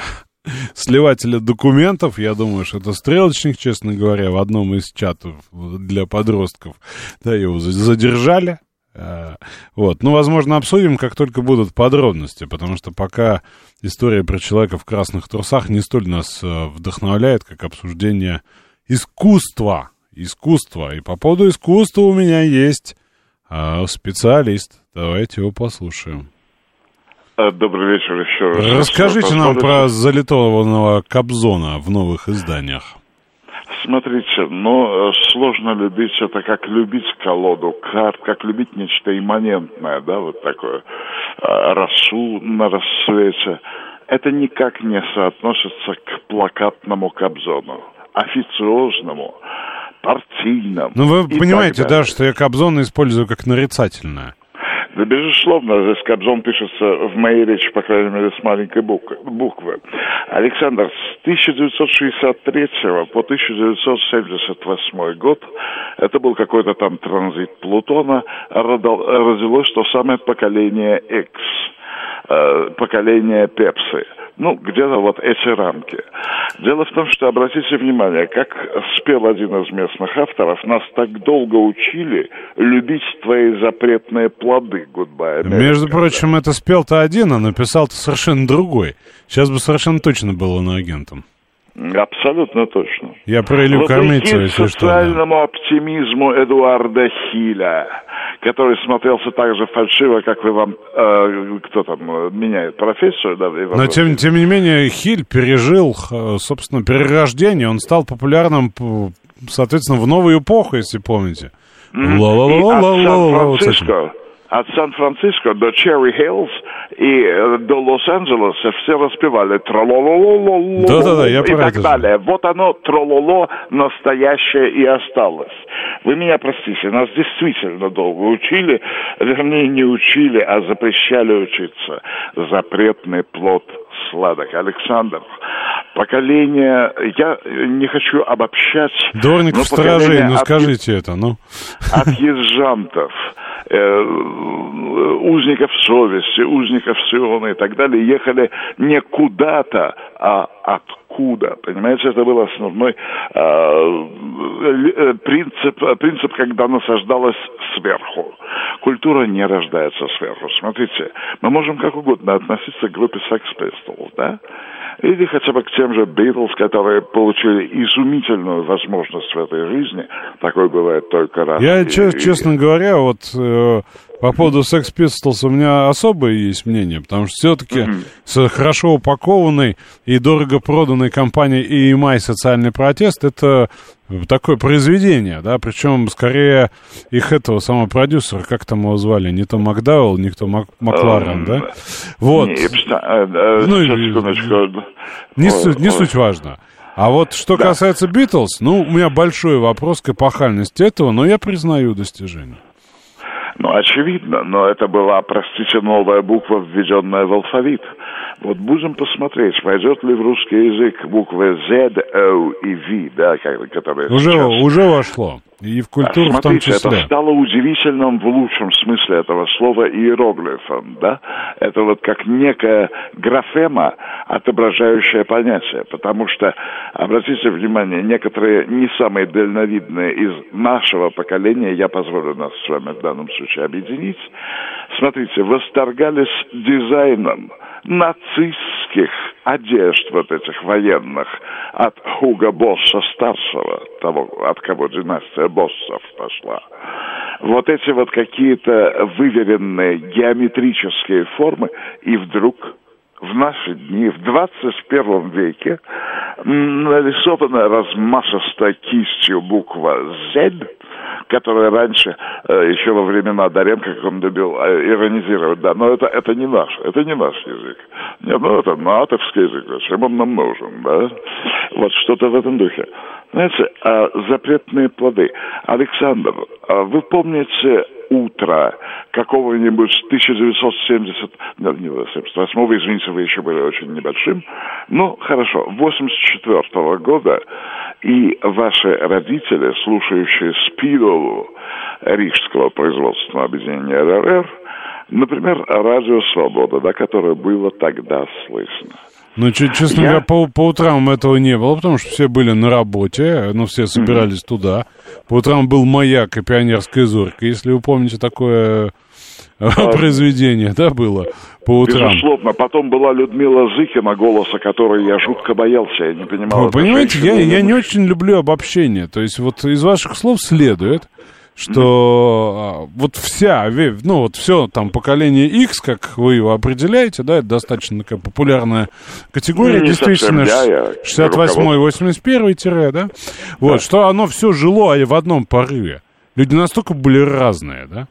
сливателя документов. Я думаю, что это стрелочник, честно говоря, в одном из чатов для подростков. Да, его задержали. Вот. Ну, возможно, обсудим, как только будут подробности, потому что пока история про человека в красных трусах не столь нас вдохновляет, как обсуждение искусства. И по поводу искусства у меня есть специалист. Давайте его послушаем. Добрый вечер еще раз. Расскажите нам про залитованного Кобзона в новых изданиях. Смотрите, сложно любить это, как любить колоду карт, как любить нечто имманентное, да, вот такое, росу на рассвете. Это никак не соотносится к плакатному Кобзону, официозному, партийному. Ну, вы понимаете, да, что я Кобзон использую как нарицательное. Да, безусловно, здесь Кобзон пишется в моей речи, по крайней мере, с маленькой буквы. Александр, с 1963 по 1978 год, это был какой-то там транзит Плутона, родилось то самое поколение X, поколение Пепси. Ну, где-то вот эти рамки. Дело в том, что, обратите внимание, как спел один из местных авторов, нас так долго учили любить твои запретные плоды. Goodbye, America. Между прочим, это спел-то один, а написал-то совершенно другой. Сейчас бы совершенно точно был он агентом. Абсолютно точно. Я про Илью Кормильцева, если что. Социальному оптимизму Эдуарда Хиля, который смотрелся так же фальшиво, как кто там меняет профессию. Да, но тем не менее Хиль пережил, собственно, перерождение. Он стал популярным, соответственно, в новую эпоху, если помните. От Сан-Франциско до Черри-Хиллз и до Лос-Анджелеса все распевали тролололололо и так далее. Вот оно, трололо, настоящее и осталось. Вы меня простите, нас действительно долго учили, вернее, не учили, а запрещали учиться. Запретный плод сладок. Александр, поколение, я не хочу обобщать. Дворников сторожей, скажите это, Отъезжантов, узников совести, узников Сиона и так далее, ехали не куда-то, а откуда. Понимаете, это был основной принцип, когда насаждалось сверху. Культура не рождается сверху. Смотрите, мы можем как угодно относиться к группе Sex Pistols, да? Или хотя бы к тем же Beatles, которые получили изумительную возможность в этой жизни. Такое бывает только раз. Я, честно говоря, вот по поводу Sex Pistols у меня особое есть мнение, потому что все-таки с хорошо упакованной и дорого проданной компанией EMI «Социальный протест» это такое произведение, да, причем скорее их этого самого продюсера, как там его звали, не то Макдауэлл, не то Макларен, да? Вот. Не суть важно. А вот что касается Битлз, у меня большой вопрос к эпохальности этого, но я признаю достижение. Очевидно, но это была, простите, новая буква, введенная в алфавит. Вот будем посмотреть, войдет ли в русский язык буквы Z, O и V, да, которые уже вошло. И в культуру в том числе. Это стало удивительным в лучшем смысле этого слова иероглифом, да? Это вот как некая графема, отображающая понятие, потому что, обратите внимание, некоторые не самые дальновидные из нашего поколения, я позволю нас с вами в данном случае объединить, смотрите, восторгались дизайном нацистских одежд вот этих военных от Хуго Босса старшего, того, от кого династия Боссов пошла. Вот эти вот какие-то выверенные геометрические формы, и вдруг в наши дни, в 21 веке, нарисована размашистой кистью буква «Z», которая раньше, еще во времена Доренко, как он любил иронизировать, да, но это не наш язык. Нет, это натовский язык, зачем он нам нужен, да? Вот что-то в этом духе. Знаете, запретные плоды. Александр, вы помните утро какого-нибудь 1978, извините, вы еще были очень небольшим, хорошо, 84 года, и ваши родители, слушающие Спидову Рижского производственного объединения РРР, например, радио «Свобода», да, которое было тогда слышно. Ну, честно говоря, по утрам этого не было, потому что все были на работе, но все собирались туда. По утрам был «Маяк» и «Пионерская зорька», если вы помните такое произведение, да, было по утрам. Безусловно. Потом была Людмила Зыкина, голоса которой я жутко боялся, я не понимал. Вы понимаете, я не очень люблю обобщение. То есть вот из ваших слов следует, что вот вся, ну вот все там поколение X, как вы его определяете, да, это достаточно такая популярная категория, не действительно, 68-81, да, вот, что оно все жило в одном порыве. Люди настолько были разные, да,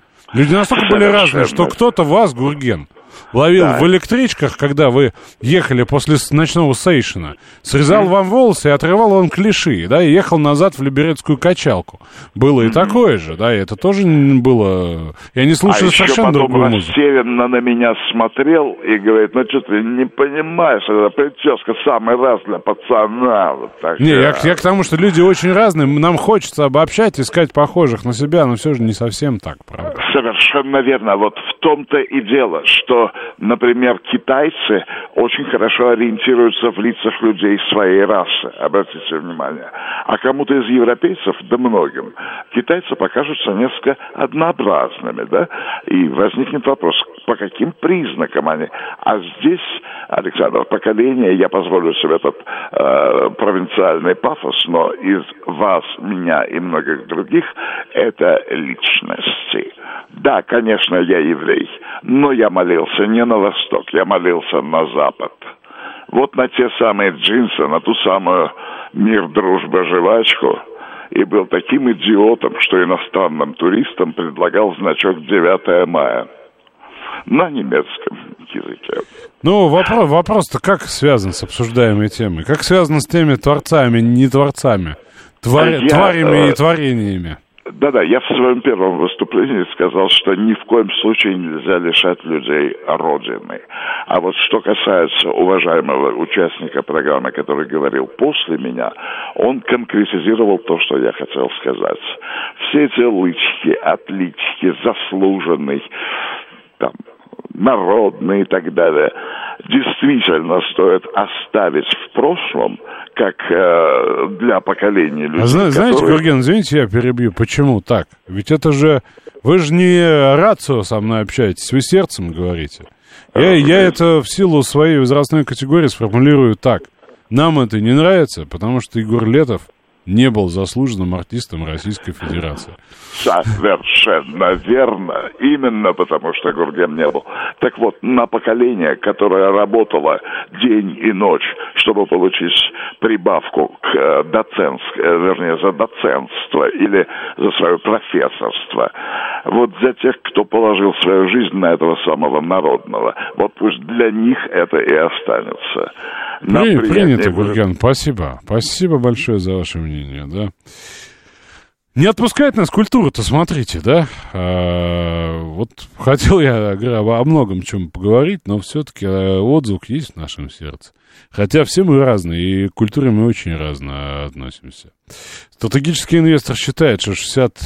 что кто-то вас, Гурген, ловил в электричках, когда вы ехали после ночного сейшена, срезал вам волосы и отрывал вам клеши, да, и ехал назад в Люберецкую качалку. Было и такое же, да, и это тоже было... Я не слушаю совершенно другую музыку. Растерянно на меня смотрел и говорит, ну что ты не понимаешь, эта прическа самый раз для пацана. Вот не, я к тому, что люди очень разные, нам хочется обобщать, искать похожих на себя, но все же не совсем так, правда. Совершенно верно. Вот в том-то и дело, что, например, китайцы очень хорошо ориентируются в лицах людей своей расы, обратите внимание. А кому-то из европейцев, да многим, китайцы покажутся несколько однообразными, да? И возникнет вопрос, по каким признакам они. А здесь, Александр, поколение, я позволю себе этот провинциальный пафос, но из вас, меня и многих других, это личности. Да, конечно, я еврей, но я молился не на восток, я молился на запад. Вот на те самые джинсы, на ту самую «Мир, дружба, жвачку». И был таким идиотом, что иностранным туристам предлагал значок 9 мая на немецком языке. Ну, вопрос-то как связан с обсуждаемой темой? Как связан с теми творцами, не творцами, тварями и творениями? Да-да, я в своем первом выступлении сказал, что ни в коем случае нельзя лишать людей Родины. А вот что касается уважаемого участника программы, который говорил после меня, он конкретизировал то, что я хотел сказать. Все эти лычки, отлички, заслуженный, там, народный и так далее, действительно стоит оставить в прошлом, как для поколения людей. Знаете, Гурген, извините, я перебью. Почему так? Ведь это же... Вы же не рацио со мной общаетесь, вы сердцем говорите. Я это в силу своей возрастной категории сформулирую так. Нам это не нравится, потому что Егор Летов не был заслуженным артистом Российской Федерации. Совершенно верно. Именно потому, что Гурген не был. Так вот, на поколение, которое работало день и ночь, чтобы получить прибавку к за доцентство или за свое профессорство, вот за тех, кто положил свою жизнь на этого самого народного, вот пусть для них это и останется. Принято, Гурген, спасибо. Спасибо большое за ваше мнение, да. Не отпускает нас культура-то, смотрите, да. Вот хотел я о многом чем поговорить, но все-таки отзвук есть в нашем сердце. Хотя все мы разные, и к культуре мы очень разно относимся. Стратегический инвестор считает, что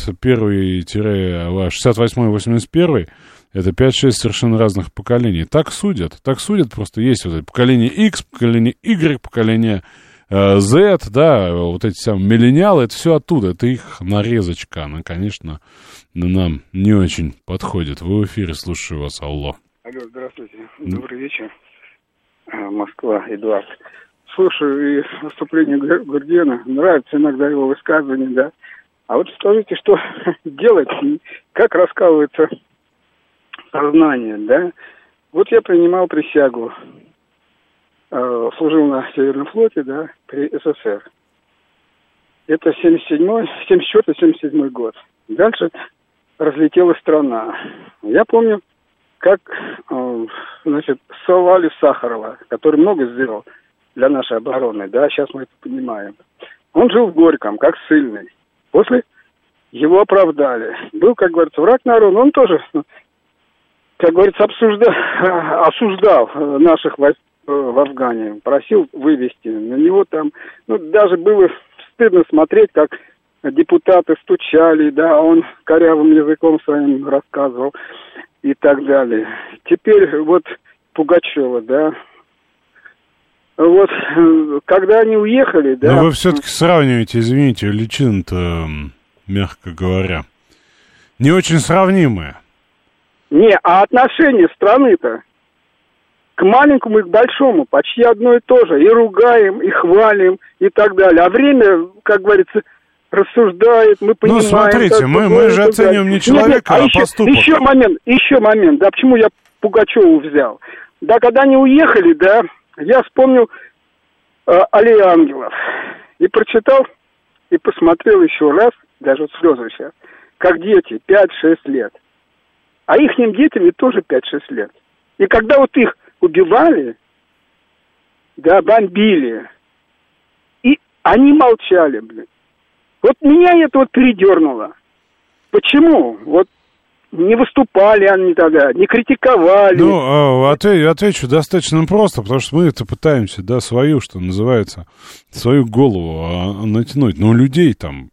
68-81 это 5-6 совершенно разных поколений. Так судят, просто есть вот это поколение X, поколение Y, поколение Z, да, вот эти самые миллениалы, это все оттуда, это их нарезочка, она, конечно, нам не очень подходит. Вы в эфире, слушаю вас, алло. Алло, здравствуйте, добрый вечер, Москва, Эдуард. Слушаю и выступление Гургена, нравится иногда его высказывание, да. А вот скажите, что делать, как раскалывается сознание, да. Вот я принимал присягу, служил на Северном флоте, да, при СССР. Это 74-77 год. Дальше разлетелась страна. Я помню, как, ссылали Сахарова, который много сделал для нашей обороны, да, сейчас мы это понимаем. Он жил в Горьком, как ссыльный. После его оправдали. Был, как говорится, враг народа, он тоже, как говорится, осуждал наших войск в Афгане, просил вывести. На него там, даже было стыдно смотреть, как депутаты стучали, да, он корявым языком своим рассказывал и так далее. Теперь вот Пугачева, да, вот, когда они уехали, да... Но вы все-таки сравниваете, извините, величины-то, мягко говоря, не очень сравнимые. Не, а отношение страны-то к маленькому и к большому почти одно и то же. И ругаем, и хвалим, и так далее. А время, как говорится, рассуждает, мы понимаем... Ну, смотрите, мы же оцениваем не человека, а поступок. Еще момент, да, почему я Пугачеву взял. Да, когда они уехали, да, я вспомнил «Аллею ангелов». И прочитал, и посмотрел еще раз, даже вот слезы сейчас, как дети, 5-6 лет. А ихним детям ведь тоже 5-6 лет. И когда вот их убивали, да, бомбили, и они молчали, блин. Вот меня это вот передернуло. Почему? Вот не выступали они тогда, не критиковали. Ну, отвечу достаточно просто, потому что мы это пытаемся, да, свою, что называется, свою голову натянуть. Но у людей там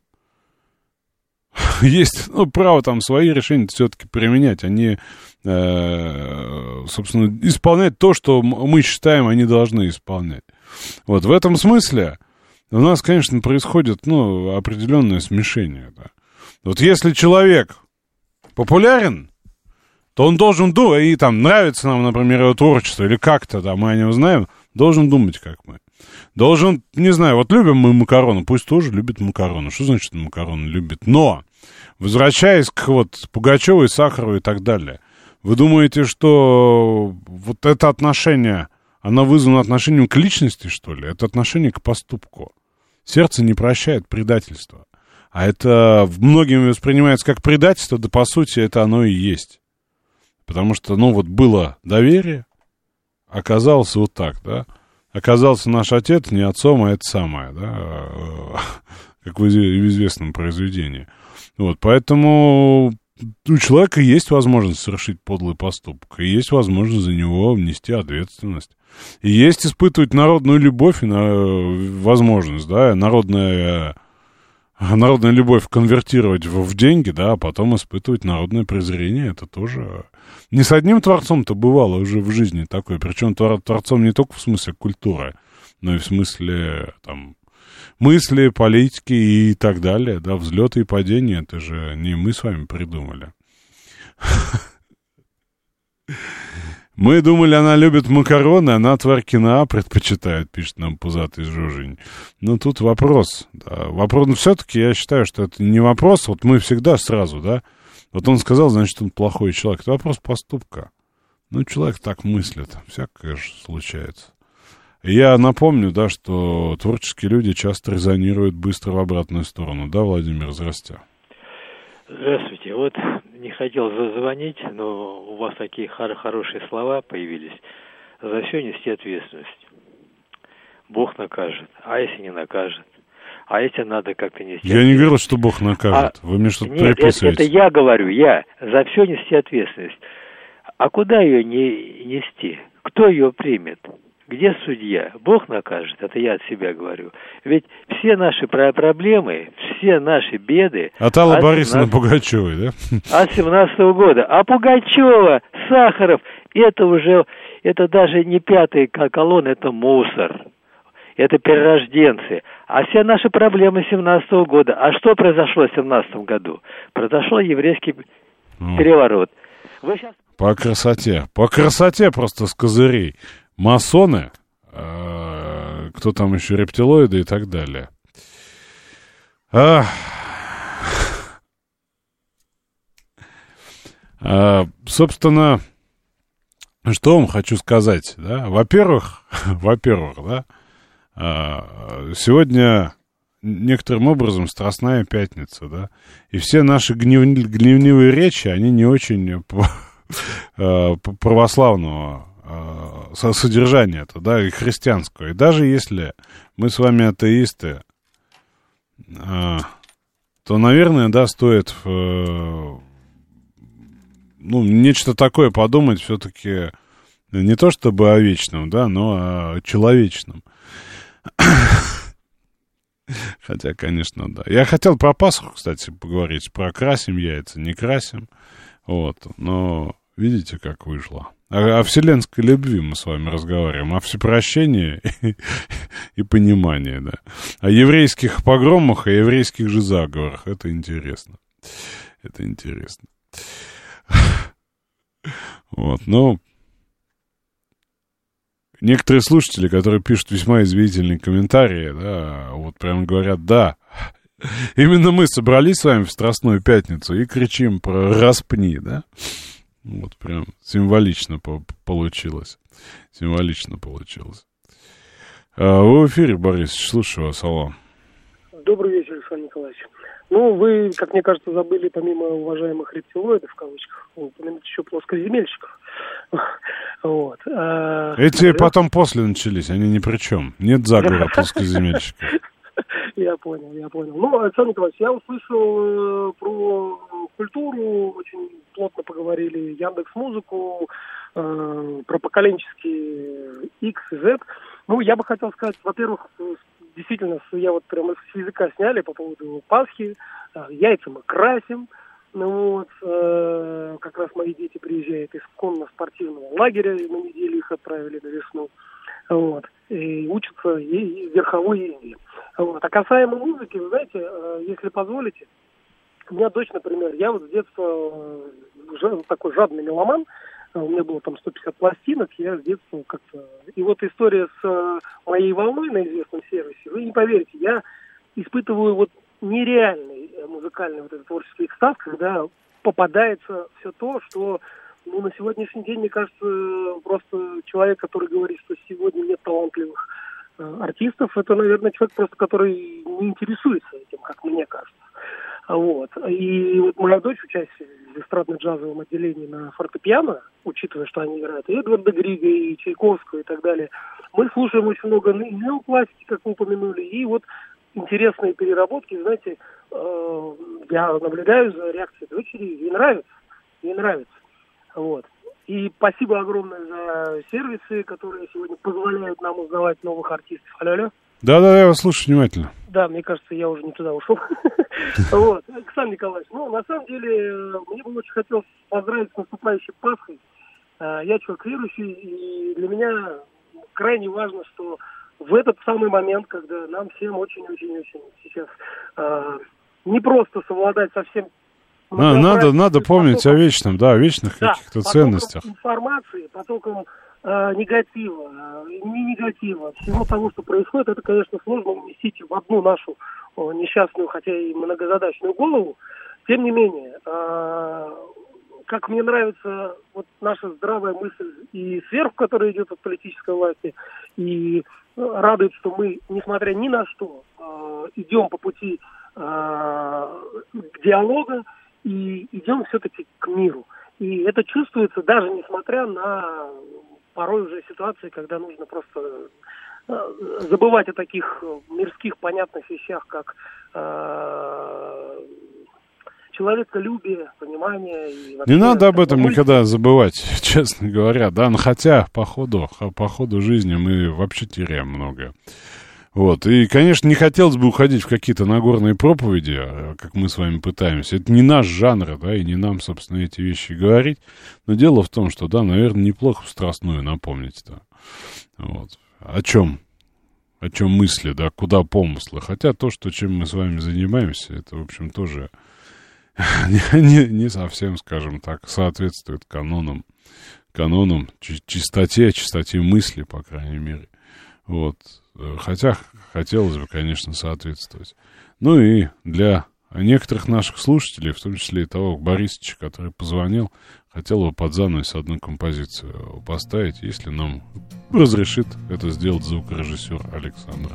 есть, ну, право там свои решения все-таки применять. Они, собственно, исполнять то, что мы считаем, они должны исполнять. Вот в этом смысле у нас, конечно, происходит, ну, определенное смешение. Да. Вот если человек популярен, то он должен думать, и там нравится нам, например, его творчество, или как-то, да, мы о нем знаем, должен думать, как мы. Должен, не знаю, вот любим мы макароны, пусть тоже любит макароны. Что значит макароны любит? Но, возвращаясь к вот Пугачеву и Сахарову и так далее, вы думаете, что вот это отношение, оно вызвано отношением к личности, что ли? Это отношение к поступку. Сердце не прощает предательства. А это многими воспринимается как предательство, да по сути это оно и есть. Потому что, ну вот было доверие, оказалось вот так, да. Оказался наш отец не отцом, а это самое, да, как в известном произведении. Вот, поэтому у человека есть возможность совершить подлый поступок, и есть возможность за него внести ответственность. И есть испытывать народную любовь и возможность, да, народная любовь конвертировать в деньги, да, а потом испытывать народное презрение, это тоже... Не с одним творцом-то бывало уже в жизни такое, причем творцом не только в смысле культуры, но и в смысле, там, мысли, политики и так далее, да, взлеты и падения, это же не мы с вами придумали. Мы думали, она любит макароны, она тварь кино предпочитает, пишет нам пузатый Жужень. Но тут вопрос. Да, вопрос, ну, все-таки я считаю, что это не вопрос, вот мы всегда сразу, да, вот он сказал, значит, он плохой человек. Это вопрос поступка. Ну, человек так мыслит, всякое же случается. Я напомню, да, что творческие люди часто резонируют быстро в обратную сторону. Да, Владимир, здрасте. Здравствуйте. Вот не хотел зазвонить, но у вас такие хорошие слова появились. За все нести ответственность. Бог накажет. А если не накажет? А если надо как-то нести... Я не говорил, что Бог накажет. Вы мне что-то приписываете. Это я говорю, за все нести ответственность. А куда ее не нести? Кто ее примет? Где судья? Бог накажет, это я от себя говорю. Ведь все наши проблемы, все наши беды... От Аллы Борисовны Пугачевой, да? От 17-го года. А Пугачева, Сахаров, это даже не пятая колонна, это мусор. Это перерожденцы. А все наши проблемы 17-го года. А что произошло в 17-м году? Произошел еврейский переворот. Вы сейчас... По красоте просто с козырей. Масоны, кто там еще, рептилоиды и так далее. Собственно, что вам хочу сказать, да? Во-первых, да, сегодня некоторым образом Страстная Пятница, да, и все наши гневливые речи, они не очень православного содержания-то, да, и христианского. И даже если мы с вами атеисты, то, наверное, да, стоит нечто такое подумать все-таки не то чтобы о вечном, да, но о человечном. Хотя, конечно, да. Я хотел про Пасху, кстати, поговорить. Про красим яйца, не красим. Вот. Но видите, как вышло. О вселенской любви мы с вами разговариваем, о всепрощении и понимании, да. О еврейских погромах, о еврейских же заговорах. Это интересно. Это интересно. Вот, но некоторые слушатели, которые пишут весьма извинительные комментарии, да, вот прям говорят, да, именно мы собрались с вами в Страстную пятницу и кричим про «распни», да. Вот прям символично получилось. Символично получилось. Вы в эфире, Борис, слушаю вас, алло. Добрый вечер, Александр Николаевич. Ну, вы, как мне кажется, забыли, помимо уважаемых рептилоидов, в кавычках, упомянуть еще плоскоземельщиков. Вот. Эти потом после начались, они ни при чем. Нет заговора плоскоземельщиков. Я понял. Ну, Александр Николаевич, я услышал про культуру, очень плотно поговорили, Яндекс.Музыку, про поколенческие X и Z. Ну, я бы хотел сказать, во-первых, действительно, я вот прямо с языка сняли по поводу Пасхи, яйца мы красим, ну вот, как раз мои дети приезжают из конно-спортивного лагеря, на неделю их отправили на весну, вот, и учатся верховой езде. Вот. А касаемо музыки, вы знаете, если позволите, у меня дочь, например, я вот с детства такой жадный меломан, у меня было там 150 пластинок, я с детства как-то... И вот история с моей волной на известном сервисе, вы не поверите, я испытываю вот нереальный музыкальный вот этот творческий экстаз, когда попадается все то, что, ну, на сегодняшний день, мне кажется, просто человек, который говорит, что сегодня нет талантливых артистов, это, наверное, человек просто, который не интересуется этим, как мне кажется. Вот. И вот моя дочь, учась в эстрадно-джазовом отделении на фортепиано, учитывая, что они играют и Эдварда Грига, и Чайковского, и так далее, мы слушаем очень много неоклассики, как вы упомянули, и вот интересные переработки, знаете, я наблюдаю за реакцией дочери, ей нравится. Вот. И спасибо огромное за сервисы, которые сегодня позволяют нам узнавать новых артистов. Алло. Да, я вас слушаю внимательно. Да, мне кажется, я уже не туда ушел. Вот, Александр Николаевич, ну, на самом деле, мне бы очень хотелось поздравить с наступающей Пасхой. Я человек верующий, и для меня крайне важно, что в этот самый момент, когда нам всем очень-очень-очень сейчас не просто совладать со всем... Надо помнить о вечном, да, о вечных каких-то ценностях. Информации, потоком негатива, не негатива, всего того, что происходит, это, конечно, сложно уместить в одну нашу несчастную, хотя и многозадачную голову. Тем не менее, как мне нравится вот наша здравая мысль и сверху, которая идет от политической власти, и радует, что мы, несмотря ни на что, идем по пути диалога и идем все-таки к миру. И это чувствуется даже несмотря на порой уже ситуации, когда нужно просто забывать о таких мирских понятных вещах, как человеколюбие, понимание. И вообще, не надо об этом никогда забывать, честно говоря, да, но хотя по ходу жизни мы вообще теряем многое. Вот, и, конечно, не хотелось бы уходить в какие-то нагорные проповеди, как мы с вами пытаемся. Это не наш жанр, да, и не нам, собственно, эти вещи говорить. Но дело в том, что, да, наверное, неплохо в Страстную напомнить, да. Вот. О чем мысли, да, куда помыслы. Хотя то, чем мы с вами занимаемся, это, в общем, тоже не совсем, скажем так, соответствует канонам чистоте мысли, по крайней мере. Вот. Хотя хотелось бы, конечно, соответствовать. Ну и для некоторых наших слушателей, в том числе и того Борисовича, который позвонил, хотел бы под занавес одну композицию поставить, если нам разрешит это сделать звукорежиссер Александр.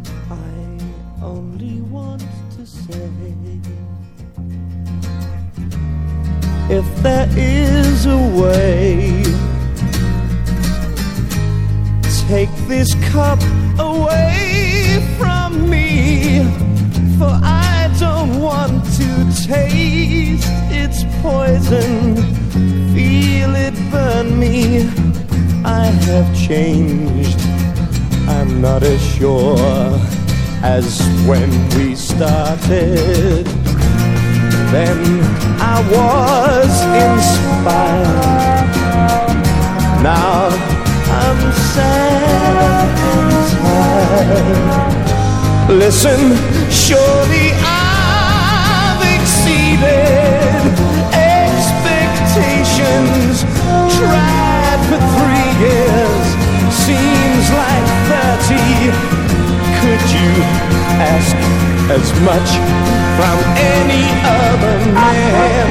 If there is a way, take this cup away from me, for I don't want to taste its poison, feel it burn me. I have changed, I'm not as sure as when we started. Then I was inspired Listen, surely I've exceeded expectations. Tried for 3 years, seems like 30. Could you ask as much from any other man?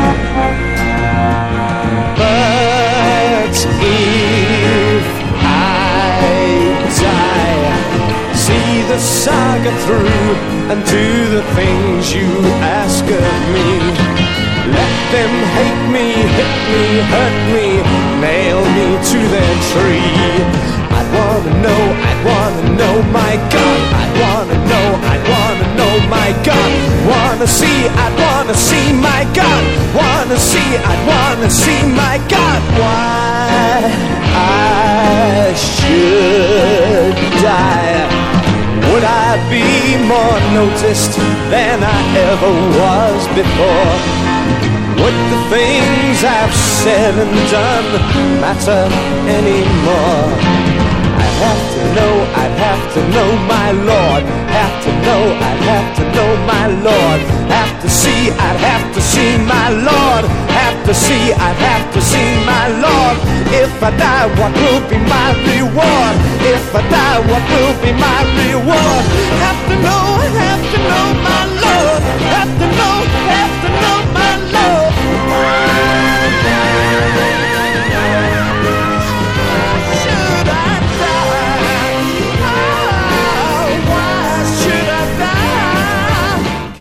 But if I die, see the saga through and do the things you ask of me. Let them hate me, hit me, hurt me, nail me to their tree. I'd wanna know, my God. I'd wanna know, my God. Wanna see, I'd wanna see, my God. Wanna see, I'd wanna see, my God. Why I should die? Would I be more noticed than I ever was before? Would the things I've said and done matter anymore? I'd have to know, my Lord. Have to know, I'd have to know, my Lord. Have to see, I'd have to see, my Lord. Have to see, I'd have to see, my Lord. If I die, what will be my reward? If I die, what will be my reward? Have to know, my Lord.